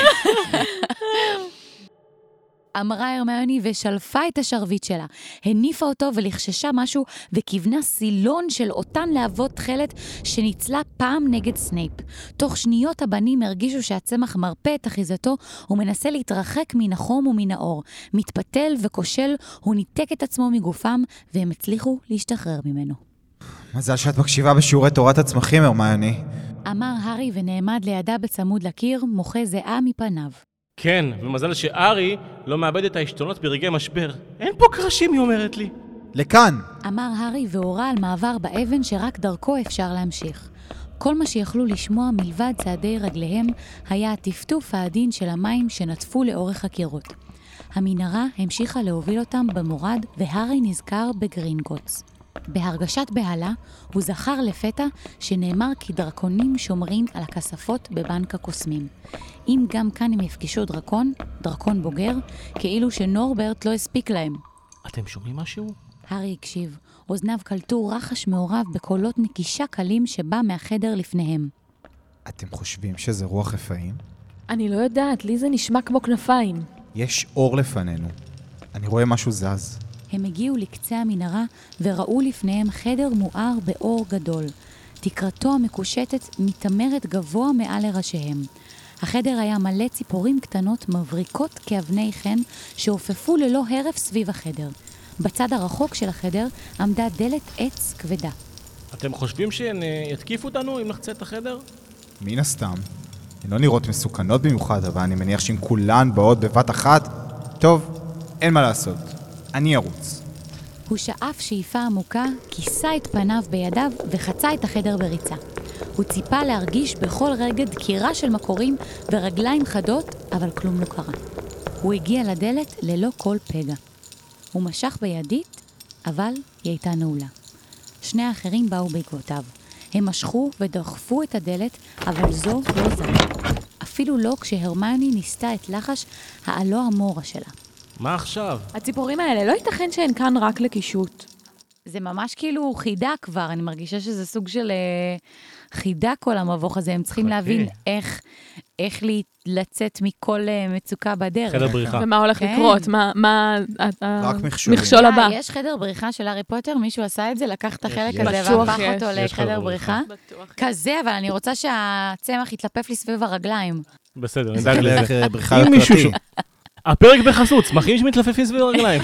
אמרה הרמיוני ושלפה את השרביט שלה, הניפה אותו ולחששה משהו וכיוונה סילון של אותן להבות תכלת שניצלה פעם נגד סנייפ. תוך שניות הבנים הרגישו שהצמח מרפא את אחיזתו ומנסה להתרחק מן החום ומן האור. מתפתל וכושל, הוא ניתק את עצמו מגופם והם הצליחו להשתחרר ממנו. מזל שאת מקשיבה בשיעורי תורת הצמחים, הרמיוני. אמר הארי ונעמד לידה בצמוד לקיר, מוחה זהה מפניו. כן, ומזל שארי לא מאבד את העשתונות ברגעי משבר. אין פה קרשים, היא אומרת לי. לכאן! אמר הארי והורה על מעבר באבן שרק דרכו אפשר להמשיך. כל מה שיכלו לשמוע מלבד צעדי רגליהם היה הטפטוף העדין של המים שנטפו לאורך הקירות. המנהרה המשיכה להוביל אותם במורד והארי נזכר בגרינגוטס. בהרגשת בהלה הוא זכר לפתע שנאמר כי דרקונים שומרים על הכספות בבנק הקוסמים. אם גם כאן הם יפגשו דרקון בוגר, כאילו שנורברט לא הספיק להם. אתם שומעים משהו? הארי הקשיב, אוזניו קלטו רחש מעורב בקולות נקישה קלים שבא מהחדר לפניהם. אתם חושבים שזה רוח רפאים? אני לא יודעת, לי זה נשמע כמו כנפיים. יש אור לפנינו. אני רואה משהו זז. הם הגיעו לקצה המנהרה וראו לפניהם חדר מואר באור גדול. תקרתו המקושטת מתאמרת גבוה מעל לראשיהם. החדר היה מלא ציפורים קטנות מבריקות כאבני חן שהופפו ללא הרף סביב החדר. בצד הרחוק של החדר עמדה דלת עץ כבדה. אתם חושבים שהן יתקיפו אותנו אם נחצה את החדר? מן הסתם. הן לא נראות מסוכנות במיוחד, אבל אני מניח שאם כולן באות בבת אחת, טוב, אין מה לעשות. אני ארוץ. הוא שאף שאיפה עמוקה, כיסה את פניו בידיו וחצה את החדר בריצה. הוא ציפה להרגיש בכל רגע דקירה של מקורים ורגליים חדות, אבל כלום לא קרה. הוא הגיע לדלת ללא כל פגע. הוא משך בידית, אבל היא הייתה נעולה. שני האחרים באו בעקבותיו. הם משכו ודחפו את הדלת, אבל זו לא זרה. אפילו לא כשהרמיוני ניסתה את לחש העלו המורה שלה. מה עכשיו? הציפורים האלה, לא ייתכן שהן כאן רק לקישוט. זה ממש כאילו חידה כבר, אני מרגישה שזה סוג של חידה כל המבוך הזה, הם צריכים להבין איך לצאת מכל מצוקה בדרך. חדר בריחה. ומה הולך לקרות, מה רק מכשולים. מכשול הבא. יש חדר בריחה של הארי פוטר, מישהו עשה את זה, לקח את החלק הזה בטוח והפך יש. אותו יש חדר לחדר בריחה. כזה, אבל אני רוצה שהצמח יתלפף לי סביב הרגליים. בסדר, נדאג לזה. חלק בריחה אם מישהו יוקרתי. הפרק בחסות, צמחים שמתלפפים סביב הרגליים.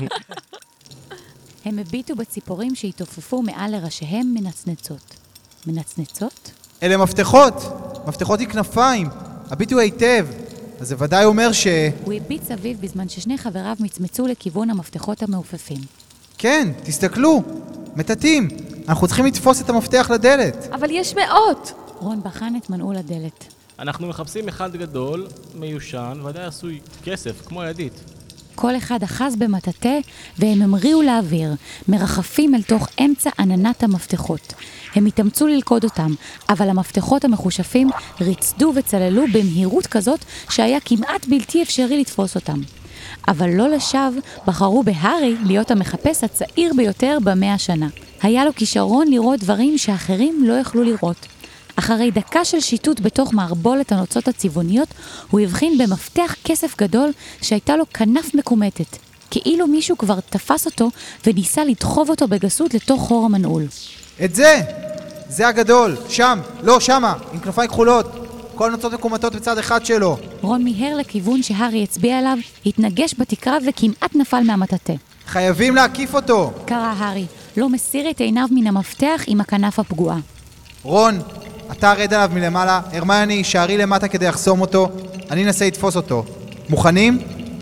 הם הביטו בציפורים שהתעופפו מעל לראשיהם מנצנצות. מנצנצות? אלה מפתחות! מפתחות היא כנפיים! הביטו היטב! אז זה ודאי אומר הוא הביט סביב בזמן ששני חבריו מצמצו לכיוון המפתחות המעופפים. כן, תסתכלו! מטאטים! אנחנו צריכים לתפוס את המפתח לדלת! אבל יש מאות! רון בחן את מנעול הדלת. אנחנו מחפשים אחד גדול, מיושן, ודאי עשוי כסף, כמו ידית. כל אחד אחז במטאטה והם המריאו לאוויר, מרחפים אל תוך אמצע עננת המפתחות. הם התאמצו ללכוד אותם, אבל המפתחות המחושפים ריצדו וצללו במהירות כזאת שהיה כמעט בלתי אפשרי לתפוס אותם. אבל לא לשווא בחרו בהארי להיות המחפש הצעיר ביותר ב100 שנה. היה לו כישרון לראות דברים שאחרים לא יכלו לראות. אחרי דקה של שיטוט בתוך מערבולת הנוצות הצבעוניות, הוא הבחין במפתח כסף גדול שהייתה לו כנף מקומטת, כאילו מישהו כבר תפס אותו וניסה לדחוב אותו בגסות לתוך חור המנעול. את זה! זה הגדול! שם! לא, שמה! עם כנפיים כחולות! כל הנוצות מקומטות בצד אחד שלו. רון מיהר לכיוון שהארי הצביע עליו, התנגש בתקרה וכמעט נפל מהמטאטה. חייבים להקיף אותו. קרא הארי, לא מסיר את עיניו מן המפתח עם הכנף הפגועה. רון, אתה רד עליו מלמעלה, הרמיוני, שערי למטה כדי לחסום אותו. אני אנסה לתפוס אותו. מוכנים?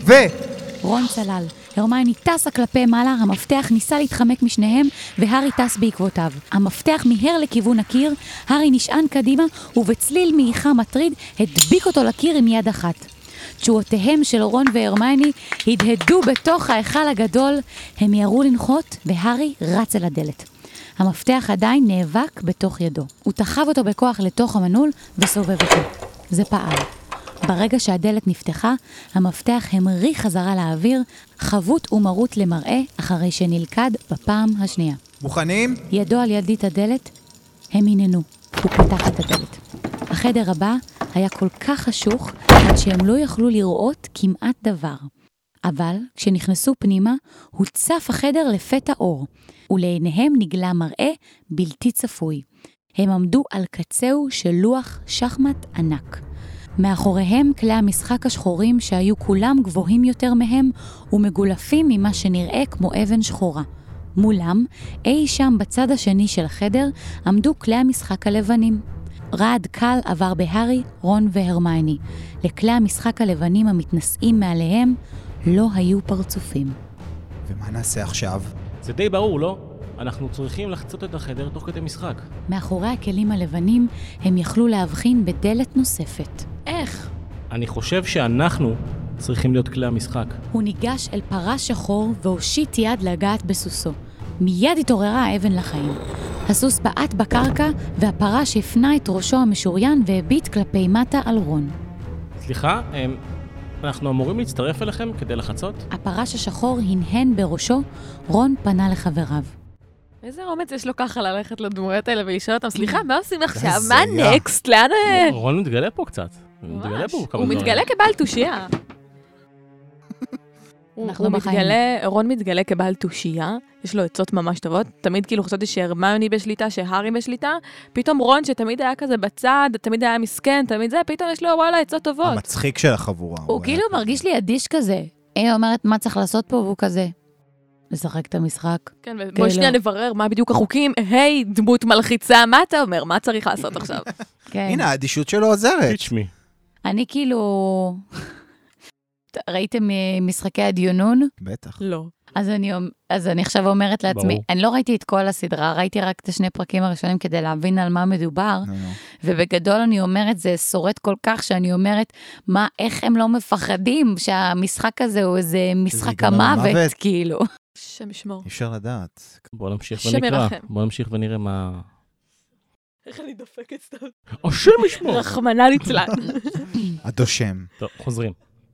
רון צלל. הרמיוני טסה כלפי מעלה, המפתח ניסה להתחמק משניהם, והארי טס בעקבותיו. המפתח מיהר לכיוון הקיר, הארי נשען קדימה, ובצליל מעיכה מטריד, הדביק אותו לקיר עם יד אחת. תשועותיהם של רון והרמיוני הדהדו בתוך ההיכל הגדול, הם ירו לנחות, והארי רץ אל הדלת. המפתח עדיין נאבק בתוך ידו. הוא תחב אותו בכוח לתוך המנעול וסובב אותו. זה פעל. ברגע שהדלת נפתחה, המפתח המריא חזרה לאוויר, חבוט ומרות למראה אחרי שנלכד בפעם השנייה. מוכנים? ידו על ידית הדלת, הם עיננו. הוא פתח את הדלת. החדר הבא היה כל כך חשוך עד שהם לא יכלו לראות כמעט דבר. אבל כשנכנסו פנימה, הוצף החדר לפתע אור, ולעיניהם נגלה מראה בלתי צפוי. הם עמדו על קצהו של לוח שחמט ענק. מאחוריהם כלי המשחק השחורים שהיו כולם גבוהים יותר מהם ומגולפים ממה שנראה כמו אבן שחורה. מולם, אי שם בצד השני של החדר, עמדו כלי המשחק הלבנים. רעד קל עבר בהארי, רון והרמיוני. לכלי המשחק הלבנים המתנשאים מעליהם לא היו פרצופים. ומה נעשה עכשיו? זה די ברור, לא? אנחנו צריכים לחצות את החדר תוך כדי משחק. מאחורי הכלים הלבנים הם יכלו להבחין בדלת נוספת. איך? אני חושב שאנחנו צריכים להיות כלי המשחק. הוא ניגש אל פרש שחור והושיט יד לגעת בסוסו. מיד התעוררה האבן לחיים. הסוס בעט בקרקע והפרש הפנה את ראשו המשוריין והביט כלפי מטה על רון. סליחה, אנחנו אמורים להצטרף אליכם כדי לחצות? הפרש השחור הנהן בראשו, רון פנה לחבריו. איזה אומץ יש לו ככה ללכת לדמויות האלה ולשאול אותם, סליחה, מה עושים עכשיו? זה מה היה. נקסט? לאן... רון מתגלה פה קצת. מתגלה פה כמה הוא דברים. מתגלה כבעל תושייה. אנחנו בחיים. רון מתגלה כבעל תושייה, יש לו עצות ממש טובות, תמיד כאילו חשבתי שהרמיוני בשליטה, שהארי בשליטה, פתאום רון שתמיד היה כזה בצד, תמיד היה מסכן, תמיד זה, פתאום יש לו וואלה עצות טובות. המצחיק של החבורה. הוא כאילו מרגיש לי אדיש כזה. היא אומרת מה צריך לעשות פה והוא כזה. לשחק את המשחק. כן, ובואי שנייה נברר מה בדיוק החוקים, היי, דמות מלחיצה, מה אתה אומר? מה צריך לעשות עכשיו? כן. הנה, האדישות שלו עוזרת. Teach me. אני כאילו... ראיתם משחקי הדיונון? בטח. לא. אז אני עכשיו אומרת לעצמי, ברור. אני לא ראיתי את כל הסדרה, ראיתי רק את השני פרקים הראשונים כדי להבין על מה מדובר, ובגדול אני אומרת, זה שורד כל כך שאני אומרת, איך הם לא מפחדים שהמשחק הזה הוא איזה משחק ייגמר המוות, מוות. כאילו. שם ישמור. אי אפשר לדעת. בוא נמשיך השם ונקרא. ירחם. בוא נמשיך ונראה מה... איך אני דופקת סתם? השם ישמור! רחמנא ליצלן. הדושם. טוב, חוזרים.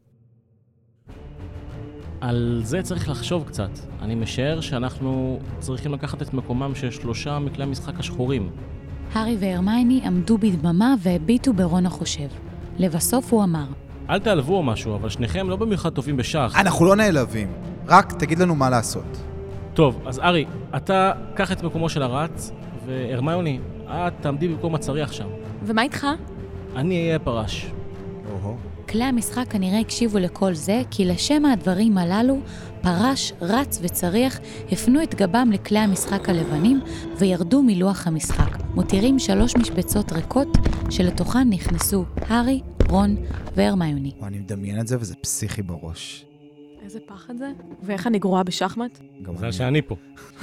על זה צריך לחשוב קצת. אני משער שאנחנו צריכים לקחת את מקומם של 3 מכלי המשחק השחורים. הארי והרמיוני עמדו בדממה והביטו ברון החושב. לבסוף הוא אמר, אל תעלבו או משהו, אבל שניכם לא במיוחד טובים בשח. אנחנו לא נעלבים. רק תגיד לנו מה לעשות. טוב, אז ארי, אתה קח את מקומו של הרץ, והרמיוני, את תעמדי במקום הצריח שם. ומה איתך? אני אהיה פרש. כלי המשחק כנראה הקשיבו לכל זה, כי לשם הדברים הללו, פרש, רץ וצריח הפנו את גבם לכלי המשחק הלבנים וירדו מלוח המשחק, מותירים 3 משבצות ריקות שלתוכן נכנסו הארי, רון והרמיוני. אני מדמיין את זה וזה פסיכי בראש. איזה פחד זה? ואיך אני גרועה בשחמט? גם זה אני. שאני פה.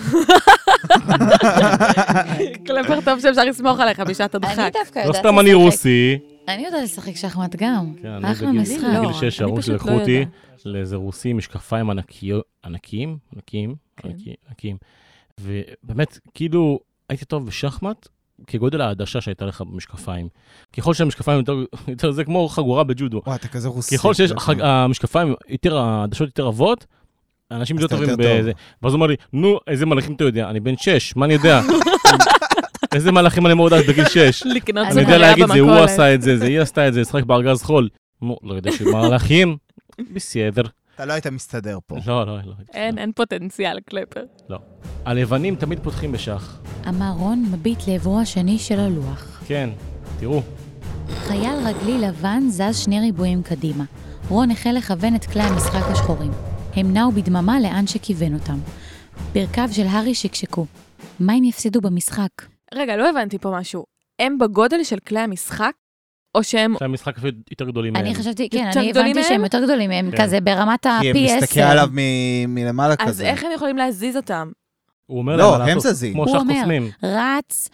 קלפר טוב שאפשר לסמוך עליך בשעת הדחק. דווקא לא סתם אני רוסי. אני יודעת לשחק שחמט גם. כן, אחלה אני משחק. לא. בגיל 6 אני ההורים פשוט שלקחו לא אותי יודעת. לאיזה רוסי, משקפיים ענקיים, ובאמת, כאילו, הייתי טוב בשחמט, כגודל העדשה שהייתה לך במשקפיים. ככל שהמשקפיים יותר, זה כמו חגורה בג'ודו. וואי, אתה כזה רוסי. ככל שיש המשקפיים, העדשות יותר עבות, האנשים יותר טובים יותר טוב. בזה. ואז הוא אומר לי, נו, איזה מלאכים אתה יודע? אני בן 6, מה אני יודע? איזה מלאכים אני מאוד בגיל 6? לקנות אני יודע להגיד, זה הוא עשה את זה, זה היא עשתה את זה, שחק בארגז חול. לא יודע שמלאכים, בסדר. אתה לא היית מסתדר פה. לא. אין פוטנציאל, קלפר. לא. הלבנים תמיד פותחים בשח. אמר רון מביט לעברו השני של הלוח. כן, תראו, חייל רגלי לבן זז 2 ריבועים קדימה. רון החל לכוון את כלי המשחק השחורים. הם נעו בדממה לאן שכיוון אותם. ברכיו של הארי שקשקו. מה הם יפסידו במשחק? רגע, לא הבנתי פה משהו. הם בגודל של כלי המשחק? או שהם... כלי המשחק אפילו יותר גדולים מהם. אני חשבתי, כן, יותר אני גדולים הבנתי שהם מהם? יותר גדולים מהם, כן. כזה ברמת כי הם ה-P10. מסתכל עליו מלמעלה כזה. אז איך הם יכולים להזיז אותם? הוא אומר לא, להם מה הם לעשות, זזים. כמו הוא שח אומר, קוסמים. רץ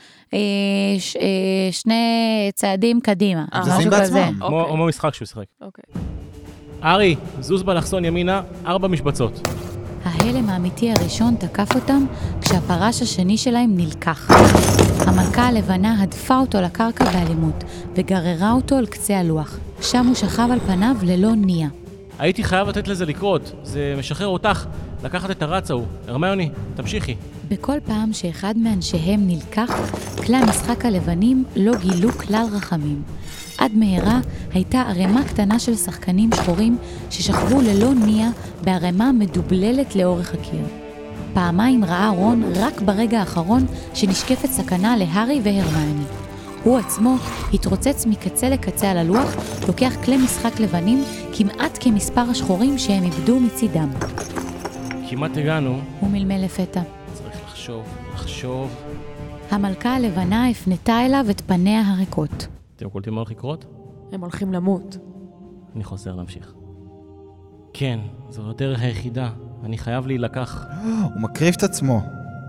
2 צעדים קדימה. הם משהו זזים כזה. בעצמם. כמו משחק שהוא שיחק. אוקיי. ארי, זוז באלכסון ימינה, 4 משבצות. ההלם האמיתי הראשון תקף אותם כשהפרש השני שלהם נלקח. המלכה הלבנה הדפה אותו לקרקע באלימות וגררה אותו על קצה הלוח. שם הוא שכב על פניו ללא ניע. הייתי חייב לתת לזה לקרות. זה משחרר אותך לקחת את הרץ ההוא. הרמיוני, תמשיכי. בכל פעם שאחד מאנשיהם נלקח, כלי המשחק הלבנים לא גילו כלל רחמים. עד מהרה הייתה ערימה קטנה של שחקנים שחורים ששכבו ללא ניע בערימה מדובללת לאורך הקיר. פעמיים ראה רון רק ברגע האחרון שנשקפת סכנה להרי והרמיוני. הוא עצמו התרוצץ מקצה לקצה על הלוח, לוקח כלי משחק לבנים כמעט כמספר השחורים שהם איבדו מצידם. כמעט הגענו. הוא מלמל לפתע. צריך לחשוב. המלכה הלבנה הפנתה אליו את פניה הריקות. אתם קולטים מה הולך לקרות? הם הולכים למות. אני חוזר להמשיך. כן, זו הדרך היחידה. אני חייב להילקח. הוא מקריב את עצמו.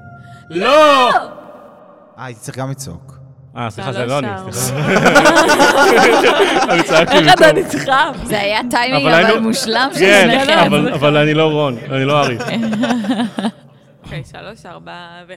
לא! הייתי צריך גם לצעוק. סליחה, אתה זה לא לא שר. אני, סליחה. אני צעקתי איך אתה במקום. נצחם? זה היה טיימינג אבל היינו- מושלם של כן, שניכם. אבל אני לא רון, אני לא ארי. אוקיי, 3, 4 ו...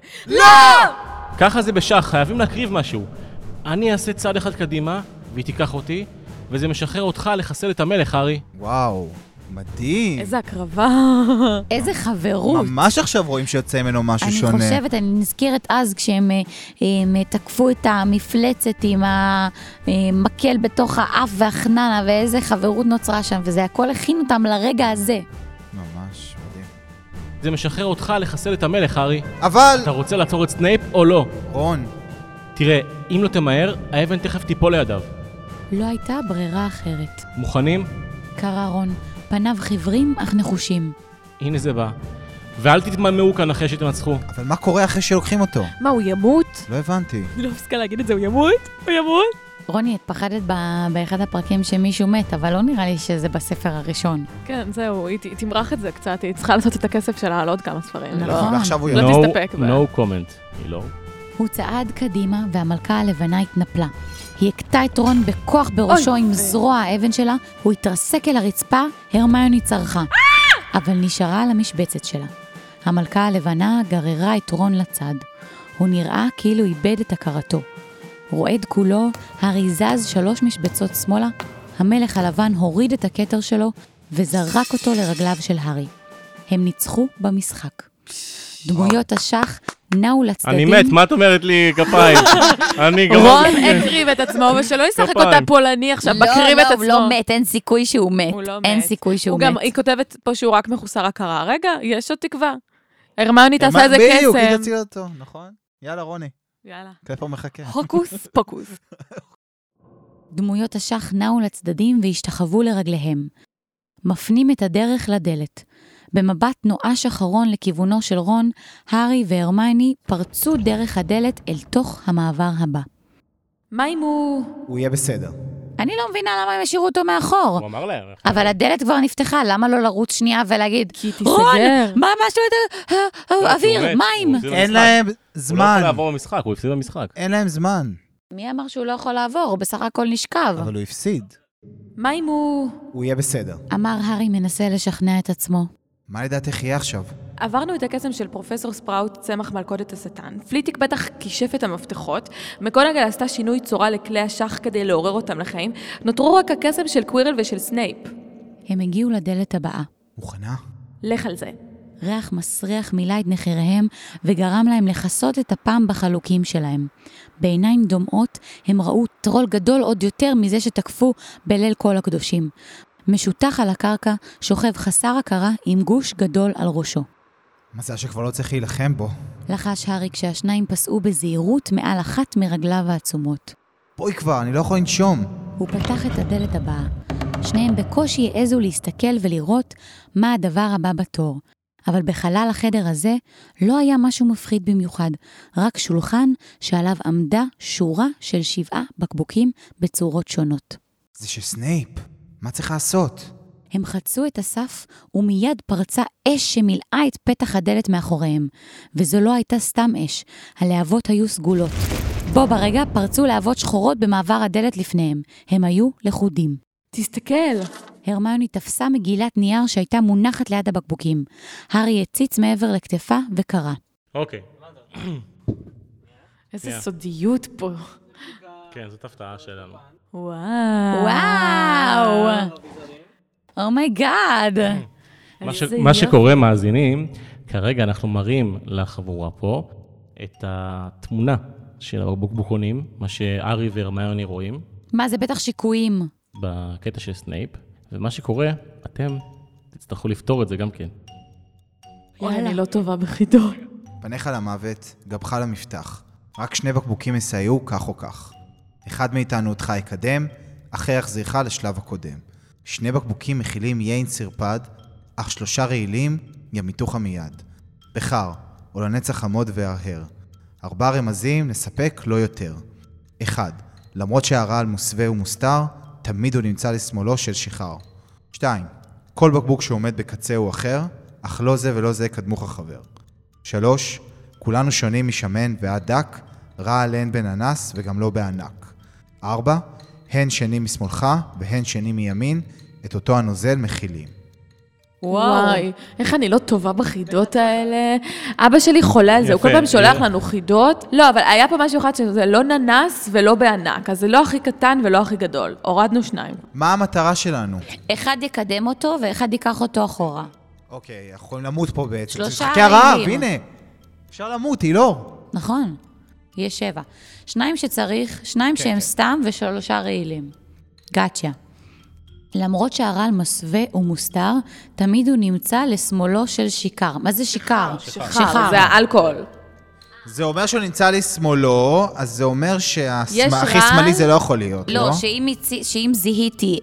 ככה זה בשח, חייבים להקריב משהו. אני אעשה צעד אחד קדימה, והיא תיקח אותי, וזה משחרר אותך לחסל את המלך, ארי. וואו, מדהים. איזה הקרבה. איזה חברות. ממש עכשיו רואים שיוצא ממנו משהו אני שונה. חושבת, אני נזכרת אז כשהם תקפו את המפלצת עם המקל בתוך האף והחננה, ואיזה חברות נוצרה שם, וזה הכל הכין אותם לרגע הזה. ממש מדהים. זה משחרר אותך לחסל את המלך, ארי. אבל... אתה רוצה לעצור את סנייפ או לא? רון, תראה, אם לא תמהר, האבן תכף תיפול לידיו. לא הייתה ברירה אחרת. מוכנים? קרא רון, פניו חיוורים אך נחושים. הנה זה בא. ואל תתממהו כאן אחרי שתנצחו. אבל מה קורה אחרי שלוקחים אותו? מה, הוא ימות? לא הבנתי. אני לא מפסיקה להגיד את זה, הוא ימות? הוא ימות? רוני, את פחדת באחד הפרקים שמישהו מת, אבל לא נראה לי שזה בספר הראשון. כן, זהו, היא תמרח את זה קצת, היא צריכה לעשות את הכסף שלה על עוד כמה ספרים. נכון. ועכשיו הוא לא ימות. תסתפק בה. No comment. היא לא. הוא צעד קדימה והמלכה הלבנה התנפלה. היא הכתה את רון בכוח בראשו אוי, עם זרוע האבן שלה, הוא התרסק אל הרצפה, הרמיוני צרחה. אבל נשארה על המשבצת שלה. המלכה הלבנה גררה את רון לצד. הוא נראה כאילו איבד את הכרתו. רועד כולו, הארי זז 3 משבצות שמאלה, המלך הלבן הוריד את הכתר שלו וזרק אותו לרגליו של הארי. הם ניצחו במשחק. דמויות השח נעו לצדדים. אני מת, מה את אומרת לי כפיים? אני גם... רון הקריב את עצמו, ושלא ישחק כפיים. אותה פולני עכשיו, מקריב את עצמו. הוא לא מת, אין סיכוי שהוא מת. הוא לא אין מת. סיכוי שהוא הוא גם, מת. היא כותבת פה שהוא רק מחוסר הכרה. רגע, יש עוד תקווה. הרמיוני תעשה איזה בדיוק, היא קסם. תציל אותו, נכון? יאללה, רוני. יאללה. איפה מחכה? הוקוס פוקוס. דמויות השח נעו לצדדים והשתחוו לרגליהם. מפנים את הדרך לדלת. במבט נואש אחרון לכיוונו של רון, הארי והרמיוני פרצו דרך הדלת אל תוך המעבר הבא. מה אם הוא... הוא יהיה בסדר. אני לא מבינה למה הם השאירו אותו מאחור. הוא אמר להם. אבל הדלת כבר נפתחה, למה לא לרוץ שנייה ולהגיד, כי תיסגר. רון, מה שלא יודע, אוויר, מים. אין להם הוא לא זמן. יכול לעבור במשחק, הוא הפסיד במשחק. אין להם זמן. מי אמר שהוא לא יכול לעבור? הוא בסך הכל נשכב. אבל הוא הפסיד. מה אם הוא... הוא יהיה בסדר. אמר הארי מנסה לשכנע את עצמו. מה לדעתך יהיה עכשיו? עברנו את הקסם של פרופסור ספראוט, צמח מלכודת השטן. פליטיק בטח כישף את המפתחות. מקונגל עשתה שינוי צורה לכלי השח כדי לעורר אותם לחיים. נותרו רק הקסם של קווירל ושל סנייפ. הם הגיעו לדלת הבאה. מוכנה? לך על זה. ריח מסריח מילא את נחיריהם וגרם להם לחסות את הפעם בחלוקים שלהם. בעיניים דומעות הם ראו טרול גדול עוד יותר מזה שתקפו בליל כל הקדושים. משותח על הקרקע שוכב חסר הכרה עם גוש גדול על ראשו. מזל שכבר לא צריך להילחם בו. לחש הארי כשהשניים פסעו בזהירות מעל אחת מרגליו העצומות. בואי כבר, אני לא יכול לנשום. הוא פתח את הדלת הבאה. שניהם בקושי העזו להסתכל ולראות מה הדבר הבא בתור. אבל בחלל החדר הזה לא היה משהו מפחיד במיוחד, רק שולחן שעליו עמדה שורה של 7 בקבוקים בצורות שונות. זה של סנייפ, מה צריך לעשות? הם חצו את הסף ומיד פרצה אש שמילאה את פתח הדלת מאחוריהם. וזו לא הייתה סתם אש, הלהבות היו סגולות. בו ברגע פרצו להבות שחורות במעבר הדלת לפניהם. הם היו לחודים. תסתכל. הרמיוני תפסה מגילת נייר שהייתה מונחת ליד הבקבוקים. הארי הציץ מעבר לכתפה וקרא. אוקיי. איזה סודיות פה. כן, זאת הפתעה שלנו. וואו! אומייגאד! מה שקורה, מאזינים, כרגע אנחנו מראים לחבורה פה את התמונה של הבקבוקונים, מה שהארי והרמיוני רואים. מה זה? בטח שיקויים. בקטע של סנייפ, ומה שקורה, אתם תצטרכו לפתור את זה גם כן. וואי, אני לא טובה בחידות. פניך למוות, גבך למפתח. רק 2 בקבוקים יסייעו כך או כך. אחד מאיתנו אותך יקדם, אחר יחזירך לשלב הקודם. 2 בקבוקים מכילים יין סרפד, אך 3 רעילים ימיתוך מיד. בחר, או לנצח עמוד והרהר. 4 רמזים נספק לא יותר. 1. למרות שהרעל מוסווה ומוסתר, תמיד הוא נמצא לשמאלו של שיכר. 2. כל בקבוק שעומד בקצה הוא אחר, אך לא זה ולא זה קדמוך חבר. 3. כולנו שונים משמן ועד דק, רעל אין בננס וגם לא בענק. 4. הן שני משמאלך והן שני מימין, את אותו הנוזל מכילים. וואי, איך אני לא טובה בחידות האלה. אבא שלי חולה על זה, הוא כל פעם שולח לנו חידות. לא, אבל היה פה משהו אחד שזה לא ננס ולא בענק, אז זה לא הכי קטן ולא הכי גדול. הורדנו 2. מה המטרה שלנו? אחד יקדם אותו ואחד ייקח אותו אחורה. אוקיי, יכולים למות פה בעצם. 3 זה משחקי הרעב, רעילים. הנה. אפשר למות, היא לא. נכון, יש 7. 2 שצריך, 2 שהם סתם ו3 רעילים. גאצ'ה. למרות שהרעל מסווה ומוסתר, תמיד הוא נמצא לשמאלו של שיקר. מה זה שיקר? שחר, זה האלכוהול. זה אומר שהוא נמצא לשמאלו, אז זה אומר שהכי רעל? שמאלי זה לא יכול להיות, לא? לא, שאם זיהיתי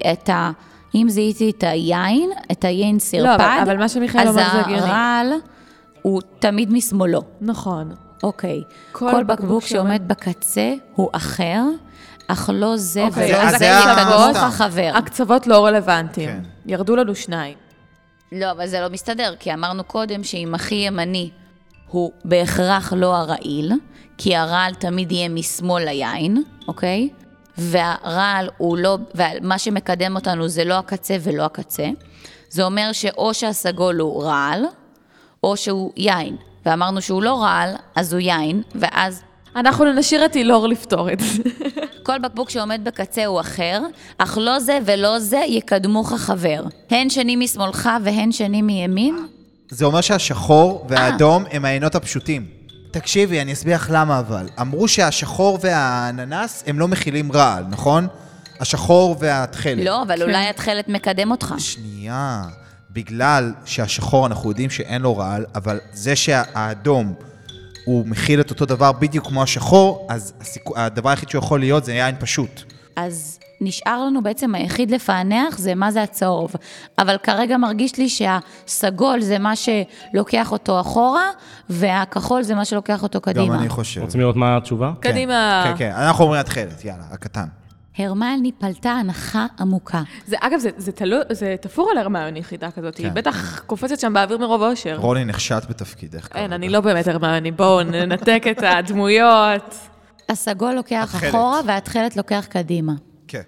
את היין, את היין סרפד, לא, אבל מה שמיכאל אומר זה הגיוני. אז הרעל הוא תמיד משמאלו. נכון. אוקיי. כל בקבוק שעומד בקצה הוא אחר, אך לא זה ולא זה יקדמוך חבר. הקצוות לא רלוונטיים. כן. ירדו לנו 2. לא, אבל זה לא מסתדר, כי אמרנו קודם שאם הכי ימני הוא בהכרח לא הרעיל, כי הרעל תמיד יהיה משמאל ליין, אוקיי? והרעל הוא לא, ומה שמקדם אותנו זה לא הקצה ולא הקצה. זה אומר שאו שהסגול הוא רעל, או שהוא יין. ואמרנו שהוא לא רעל, אז הוא יין, ואז אנחנו נשאיר את אילור לפתור את זה. כל בקבוק שעומד בקצה הוא אחר, אך לא זה ולא זה יקדמוך חבר. הן שני משמאלך והן שני מימין? זה אומר שהשחור והאדום הם העינות הפשוטים. תקשיבי, אני אסביר לך למה אבל. אמרו שהשחור והאננס הם לא מכילים רעל, נכון? השחור והתכלת. לא, אבל אולי התכלת מקדם אותך. שנייה, בגלל שהשחור אנחנו יודעים שאין לו רעל, אבל זה שהאדום הוא מכיל את אותו דבר בדיוק כמו השחור, אז הדבר היחיד שהוא יכול להיות זה יין פשוט. אז נשאר לנו בעצם היחיד לפענח זה מה זה הצהוב. אבל כרגע מרגיש לי שהסגול זה מה שלוקח אותו אחורה, והכחול זה מה שלוקח אותו קדימה. גם אני חושב. רוצים לראות מה התשובה? קדימה. כן, כן, אנחנו אומרים התכלת, יאללה, הקטן. הרמיוני פלטה הנחה עמוקה. אגב, זה תפור על הרמיוני חידה כזאת. היא בטח קופצת שם באוויר מרוב אושר. רוני נחשט בתפקידך. אין, אני לא באמת הרמיוני. בואו ננתק את הדמויות. הסגול לוקח אחורה והתכלת לוקח קדימה. כן.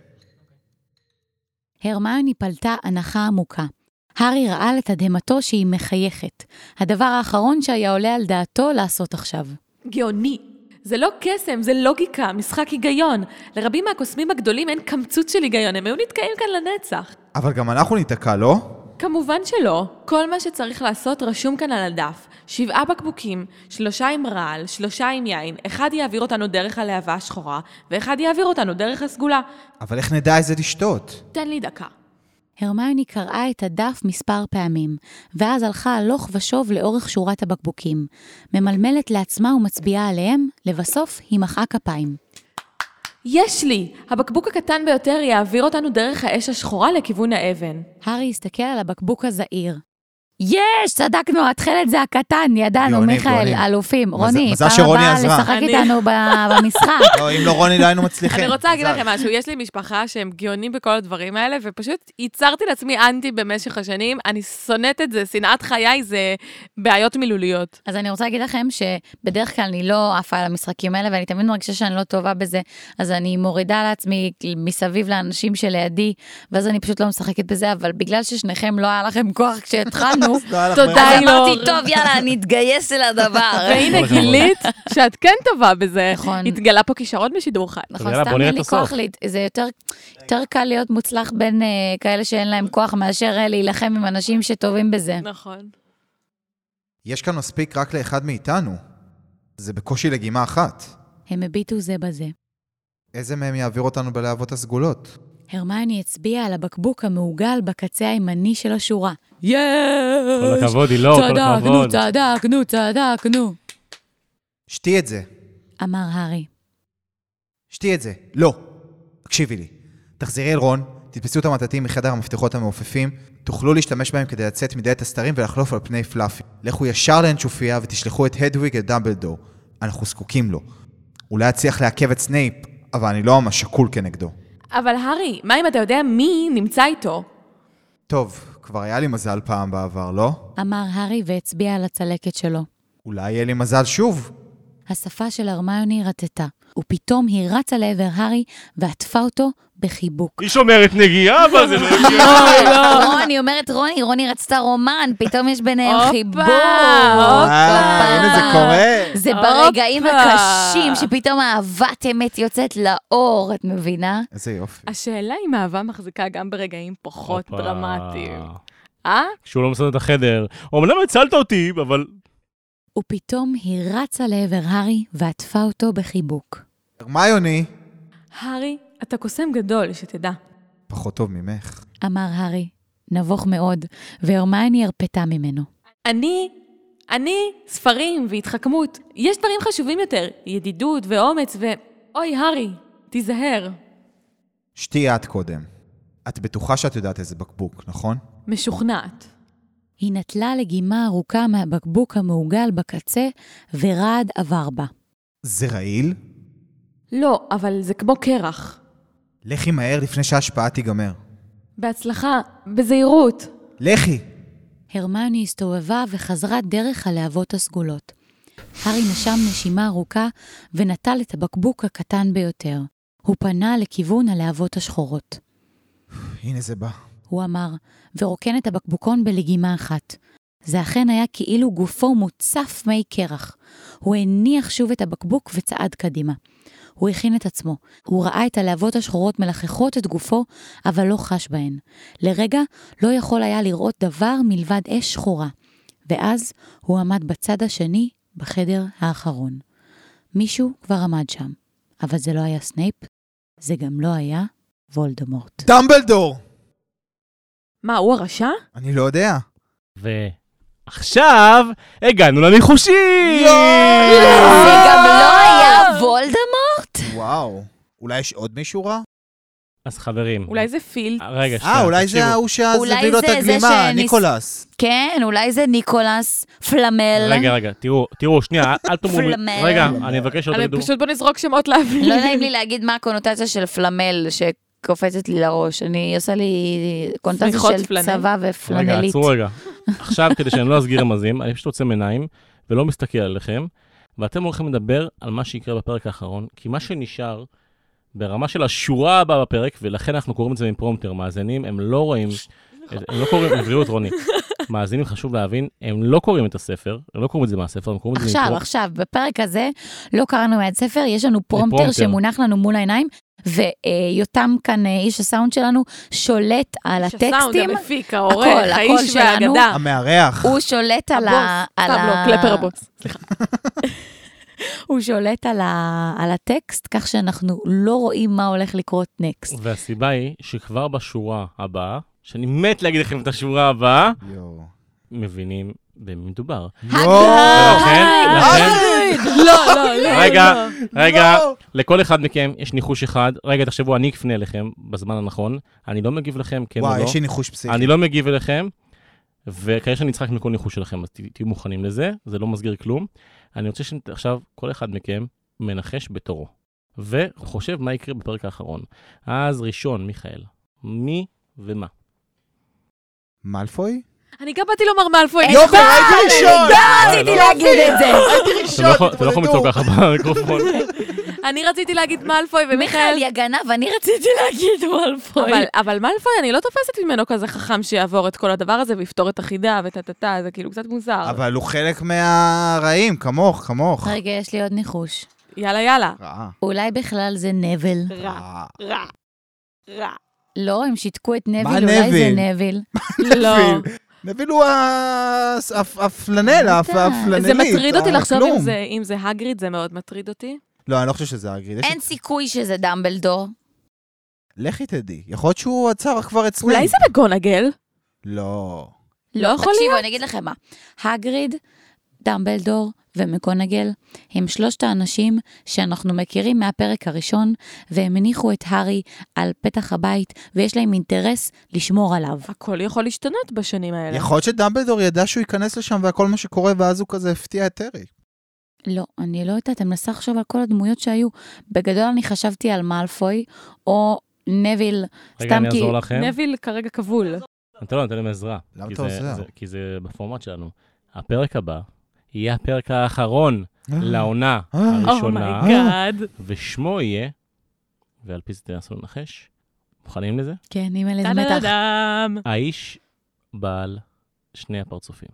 הרמיוני פלטה הנחה עמוקה. הארי ראה לתדהמתו שהיא מחייכת. הדבר האחרון שהיה עולה על דעתו לעשות עכשיו. גאוני. זה לא קסם, זה לוגיקה, משחק היגיון. לרבים מהקוסמים הגדולים אין קמצוץ של היגיון, הם היו נתקעים כאן לנצח. אבל גם אנחנו ניתקע, לא? כמובן שלא. כל מה שצריך לעשות רשום כאן על הדף. 7 בקבוקים, 3 עם רעל, 3 עם יין, 1 יעביר אותנו דרך הלהבה השחורה, ו1 יעביר אותנו דרך הסגולה. אבל איך נדע איזה לשתות? תן לי דקה. הרמיוני קראה את הדף מספר פעמים, ואז הלכה הלוך ושוב לאורך שורת הבקבוקים. ממלמלת לעצמה ומצביעה עליהם, לבסוף היא מחאה כפיים. יש לי! הבקבוק הקטן ביותר יעביר אותנו דרך האש השחורה לכיוון האבן. הארי הסתכל על הבקבוק הזעיר. יש! צדקנו, התכלת זה הקטן, ידענו, גאונים, מיכאל, גאונים. אלופים. רוני, מזל שרוני עזרה. לשחק איתנו במשחק. לא, אם לא רוני, לא היינו מצליחים. אני רוצה להגיד מזל. לכם משהו, יש לי משפחה שהם גאונים בכל הדברים האלה, ופשוט ייצרתי לעצמי אנטי במשך השנים, אני שונאת את זה, שנאת חיי זה בעיות מילוליות. אז אני רוצה להגיד לכם שבדרך כלל אני לא עפה על המשחקים האלה, ואני תמיד מרגישה שאני לא טובה בזה, אז אני מורידה לעצמי מסביב לאנשים שלידי, ואז אני פשוט לא משחקת בזה, אבל בגלל ששניכם לא היה לכם כוח כשהתחלנו, תודה, אז לא. אמרתי, טוב, יאללה, אני אתגייס אל הדבר. והנה גילית שאת כן טובה בזה. נכון. התגלה פה כישרון בשידור חי. נכון, יאללה, סתם בוא נראה אין את לי הסוף. כוח, זה יותר קל להיות מוצלח בין כאלה שאין להם כוח, מאשר להילחם עם אנשים שטובים בזה. נכון. יש כאן מספיק רק לאחד מאיתנו. זה בקושי לגימה אחת. הם הביטו זה בזה. איזה מהם יעביר אותנו בלהבות הסגולות? הרמיוני הצביע על הבקבוק המעוגל בקצה הימני של השורה. יש! כל הכבוד, אילור, כל הכבוד. צדקנו. שתי את זה. אמר הארי. שתי את זה. לא. תקשיבי לי. תחזרי אל רון, תתפסו את המטטים מחדר המפתחות המעופפים, תוכלו להשתמש בהם כדי לצאת מדלת הסתרים ולחלוף על פני פלאפי. לכו ישר לאנשופיה ותשלחו את הדוויג אל דמבלדור. אנחנו זקוקים לו. אולי אצליח לעכב את סנייפ, אבל אני לא ממש שקול כנגדו. אבל הארי, מה אם אתה יודע מי נמצא איתו? טוב, כבר היה לי מזל פעם בעבר, לא? אמר הארי והצביע על הצלקת שלו. אולי יהיה לי מזל שוב. השפה של הרמיוני רטטה, ופתאום היא רצה לעבר הארי ועטפה אותו בחיבוק. היא שומרת נגיעה, אבל זה לא הגיע. רוני אומרת רוני רצתה רומן, פתאום יש ביניהם חיבור. הנה זה קורה. זה ברגעים הקשים שפתאום אהבת אמת יוצאת לאור, את מבינה? איזה יופי. השאלה אם אהבה מחזיקה גם ברגעים פחות הופה. דרמטיים. כשהוא לא מסדר את החדר. אומנם הצלת אותי, אבל... ופתאום היא רצה לעבר הארי ועטפה אותו בחיבוק. הרמיוני. הארי, אתה קוסם גדול, שתדע. פחות טוב ממך. אמר הארי, נבוך מאוד, והרמיוני הרפתה ממנו. אני, ספרים והתחכמות. יש דברים חשובים יותר, ידידות ואומץ אוי, הארי, תיזהר. שתי את קודם. את בטוחה שאת יודעת איזה בקבוק, נכון? משוכנעת. היא נטלה לגימה ארוכה מהבקבוק המעוגל בקצה, ורעד עבר בה. זה רעיל? לא, אבל זה כמו קרח. לכי מהר לפני שההשפעה תיגמר. בהצלחה, בזהירות. לכי! הרמיוני הסתובבה וחזרה דרך הלהבות הסגולות. הארי נשם נשימה ארוכה ונטל את הבקבוק הקטן ביותר. הוא פנה לכיוון הלהבות השחורות. הנה זה בא. הוא אמר, ורוקן את הבקבוקון בלגימה אחת. זה אכן היה כאילו גופו מוצף מי קרח. הוא הניח שוב את הבקבוק וצעד קדימה. הוא הכין את עצמו. הוא ראה את הלהבות השחורות מלחכות את גופו, אבל לא חש בהן. לרגע לא יכול היה לראות דבר מלבד אש שחורה. ואז הוא עמד בצד השני, בחדר האחרון. מישהו כבר עמד שם. אבל זה לא היה סנייפ, זה גם לא היה וולדמורט. דמבלדור! מה, הוא הרשע? אני לא יודע. ועכשיו הגענו לניחושים! זה גם לא היה וולדמורט? וואו. אולי יש עוד מישהו רע? אז חברים. אולי זה פילד. רגע, שנייה, אולי תקשיבו. זה ההוא אולי שהביא לו את זה הגלימה, שניס- ניקולס. כן, אולי זה ניקולס פלמל. רגע, תראו, שנייה, אל תאמרו לי. פלמל. רגע, אני מבקש שלא אני תגידו. פשוט בוא נזרוק שמות להבין. לא נעים לי להגיד מה הקונוטציה של פלמל שקופצת לי לראש. אני עושה לי קונוטציה שמיכות של פלנל. צבא רגע, ופלנלית. עצרו רגע. עכשיו, כדי שאני לא אסגיר רמזים, אני פשוט עוצם עיניים, ולא מסתכל עליכם, ואתם הולכים לדבר על מה שיקרה בפרק האחרון, כי מה שנשאר ברמה של השורה הבאה בפרק, ולכן אנחנו קוראים את זה מפרומטר, מאזינים, הם לא רואים, הם לא קוראים, הבריאות רוני, מאזינים חשוב להבין, הם לא קוראים את הספר, הם לא קוראים את זה מהספר, הם קוראים את זה מפרומטר. עכשיו, בפרק הזה לא קראנו מהד ספר, יש לנו פרומטר פרומטר. שמונח לנו מול העיניים, ויותם כאן, איש הסאונד שלנו, שולט על הסאונד, הטקסטים. המפיק, העורך, הכל האיש שלנו. והאגדה. המארח. הוא שולט על הבוס, סתם לא, קלפר הבוס. סליחה. הוא שולט על הטקסט, כך שאנחנו לא רואים מה הולך לקרות נקסט. והסיבה היא שכבר בשורה הבאה, שאני מת להגיד לכם את השורה הבאה, יואו. מבינים במדובר. הגריד! רגע, לכל אחד מכם יש ניחוש אחד. רגע, תחשבו, אני אפנה אליכם בזמן הנכון. אני לא מגיב לכם, כן או לא. וואי, יש לי ניחוש פסיכי. אני לא מגיב אליכם, וכנראה שאני אצחק מכל ניחוש שלכם, אז תהיו מוכנים לזה, זה לא מסגיר כלום. אני רוצה שעכשיו כל אחד מכם מנחש בתורו, וחושב מה יקרה בפרק האחרון. אז ראשון, מיכאל, מי ומה? מאלפוי? אני גם באתי לומר מאלפוי. יופי, הייתי ראשון! רציתי להגיד את זה. הייתי ראשון! אתם לא יכולים לצעוק ככה במיקרופון. אני רציתי להגיד מאלפוי, ומיכאל... מיכאל יא גנב, אני רציתי להגיד מאלפוי. אבל מאלפוי, אני לא תופסת ממנו כזה חכם שיעבור את כל הדבר הזה ויפתור את החידה וטטטה, זה כאילו קצת מוזר. אבל הוא חלק מהרעים, כמוך. רגע, יש לי עוד ניחוש. יאללה. רעה. אולי בכלל זה נבל. רע. לא, הם שיתקו את נביל, מה אולי זה נביל? נביל. לא. נביל הוא הפלנל, הפלנלית. זה מטריד אותי לחשוב אם זה הגריד, זה מאוד מטריד אותי. לא, אני לא חושב שזה הגריד. אין סיכוי שזה דמבלדור. לכי תדעי, יכול להיות שהוא עצר כבר אצלנו. אולי זה מגונגל? לא. לא יכול תקשיבו, להיות. אני אגיד לכם מה. הגריד, דמבלדור ומקונגל הם שלושת האנשים שאנחנו מכירים מהפרק הראשון, והם הניחו את הארי על פתח הבית, ויש להם אינטרס לשמור עליו. הכל יכול להשתנות בשנים האלה. יכול להיות שדמבלדור ידע שהוא ייכנס לשם והכל מה שקורה, ואז הוא כזה הפתיע את טרי. לא, אני לא יודעת, אני מנסה לחשוב על כל הדמויות שהיו. בגדול אני חשבתי על מאלפוי, או נביל, רגע, סתם אני כי... אעזור לכם. נביל כרגע כבול. אתה לא נותן להם עזרה. למה כי אתה עוזר? כי זה בפורמט שלנו. הפרק הבא יהיה הפרק האחרון לעונה הראשונה, אומייגאד. ושמו יהיה, ועל פי זה תנסו לנחש, מוכנים לזה? כן, אימא'לה זה מתח. טה-דה-דם. האיש בעל שני הפרצופים.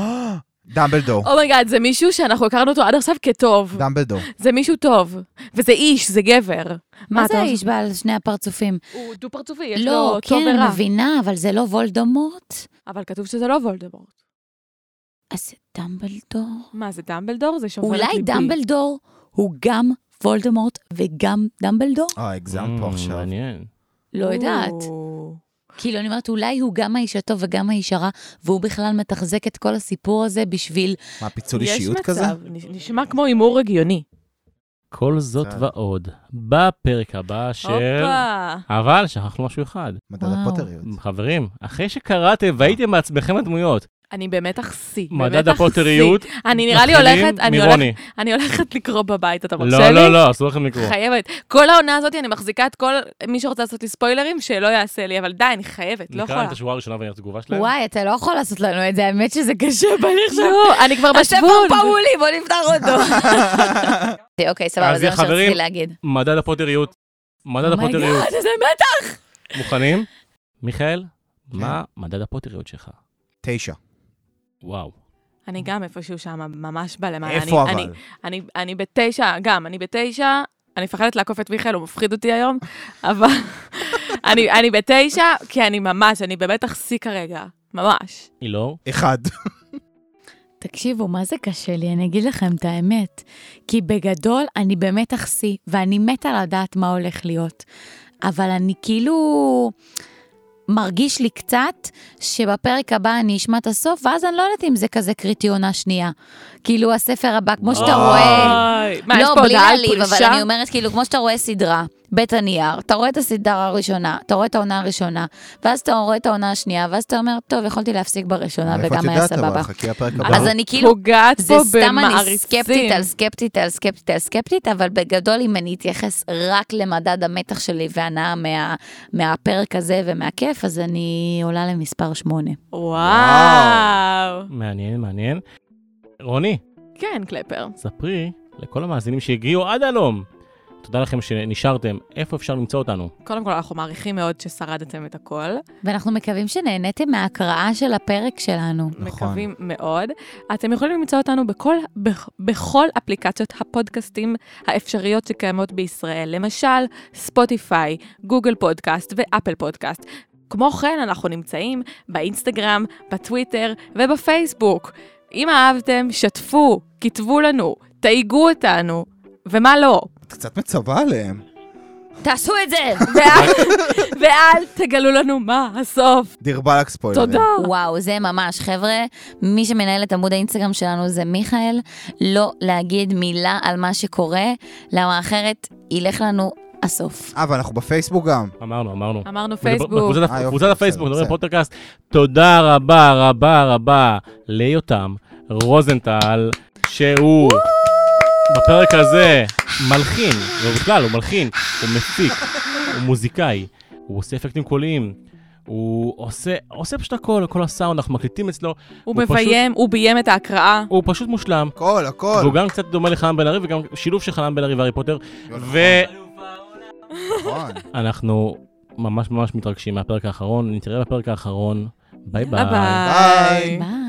דמבלדור. אומייגאד, זה מישהו שאנחנו הכרנו אותו עד עכשיו כטוב. דמבלדור. זה מישהו טוב. וזה איש, זה גבר. מה אתה זה האיש בעל שני הפרצופים? הוא דו-פרצופי, יש לא, לו טוב כן, ורע. אני מבינה, אבל זה לא וולדמורט. אבל כתוב שזה לא וולדמורט. אז זה דמבלדור? מה, זה דמבלדור? זה שובר את ליבי. אולי דמבלדור הוא גם וולדמורט וגם דמבלדור? הגזמת פה עכשיו. מעניין. לא יודעת. כאילו, אני אומרת, אולי הוא גם האיש הטוב וגם האיש הרע, והוא בכלל מתחזק את כל הסיפור הזה בשביל... מה, פיצול אישיות כזה? יש מצב, נשמע כמו הימור רגיוני. כל זאת ועוד, בפרק הבא של... אבל שכחנו משהו אחד. מדד וואו. הפוטריות. חברים, אחרי שקראתם והייתם מעצמכם הדמויות, אני באמת אחסי. מדד הפוטריות, אני נראה לי מתחילים מרוני. אני הולכת לקרוא בבית, אתה מרשה לי? לא, אסור לכם לקרוא. חייבת. כל העונה הזאת אני מחזיקה את כל מי שרוצה לעשות לי ספוילרים, שלא יעשה לי, אבל די, אני חייבת, לא נקרא יכולה. את השורה הראשונה ונראה את התגובה שלהם. וואי, אתה לא יכול לעשות לנו את זה, האמת שזה קשה, בא לי עכשיו. לא, אני כבר הספר בשבול. פאולי, בוא נפתח אותו. אוקיי, סבבה, אז זה מה חברים, שרציתי להגיד. מדד הפוטריות. מדד הפוטריות. אומייגאד, איזה מתח! מוכנים? מיכאל, מה מדד הפוטריות שלך? 9. וואו. אני גם איפשהו שם, ממש בלמעלה. איפה אבל? אני ב9, גם, אני ב9, אני מפחדת לעקוף את מיכאל, הוא מפחיד אותי היום, אבל אני ב9, כי אני באמת אחסי כרגע, ממש. אילור? 1. תקשיבו, מה זה קשה לי? אני אגיד לכם את האמת. כי בגדול אני באמת אחסי, ואני מתה לדעת מה הולך להיות. אבל אני כאילו... מרגיש לי קצת שבפרק הבא אני אשמע את הסוף, ואז אני לא יודעת אם זה כזה קריטי עונה שנייה. כאילו הספר הבא, כמו שאתה רואה... מה, יש לא, פה בלי הודעה על להעליב, אבל פרישה? אני אומרת כאילו, כמו שאתה רואה סדרה, בית הנייר, אתה רואה את הסדרה הראשונה, אתה רואה את העונה הראשונה, ואז אתה רואה את העונה השנייה, ואז אתה אומר, טוב, יכולתי להפסיק בראשונה, וגם היה סבבה. חכי הפרק הבא. אז אני כאילו, פוגעת זה פה סתם אני במעריצים. סקפטית, אבל בגדול אם אני אתייחס רק למדד המתח שלי והנאה מהפרק הזה ומהכיף, אז אני עולה למספר 8. וואו. מעניין. רוני, כן, קלפר. ספרי לכל המאזינים שהגיעו עד הלום. תודה לכם שנשארתם. איפה אפשר למצוא אותנו? קודם כל, אנחנו מעריכים מאוד ששרדתם את הכל. ואנחנו מקווים שנהניתם מההקראה של הפרק שלנו. מקווים מאוד. אתם יכולים למצוא אותנו בכל אפליקציות הפודקאסטים האפשריות שקיימות בישראל. למשל, ספוטיפיי, גוגל פודקאסט ואפל פודקאסט. כמו כן, אנחנו נמצאים באינסטגרם, בטוויטר ובפייסבוק. אם אהבתם, שתפו, כתבו לנו, תייגו אותנו, ומה לא. את קצת מצווה עליהם. תעשו את זה! ואל תגלו לנו מה הסוף. דרבלק ספוילר. תודה. וואו, זה ממש, חבר'ה, מי שמנהל את עמוד האינסטגרם שלנו זה מיכאל, לא להגיד מילה על מה שקורה, למה אחרת ילך לנו הסוף. אבל אנחנו בפייסבוק גם. אמרנו פייסבוק. בקבוצת הפייסבוק, מדברים פודקאסט. תודה רבה רבה רבה ליותם רוזנטל, שהוא בפרק הזה מלחין, ובכלל הוא מלחין, הוא מפיק, הוא מוזיקאי, הוא עושה אפקטים קוליים, הוא עושה פשוט הכל, כל הסאונד, אנחנו מקליטים אצלו. הוא מביים, הוא ביים את ההקראה. הוא פשוט מושלם. הכל. והוא גם קצת דומה לחנן בן ארי, וגם שילוב של חנן בן ארי והארי פוטר. אנחנו ממש ממש מתרגשים מהפרק האחרון, נתראה בפרק האחרון. ביי ביי. ביי. ביי.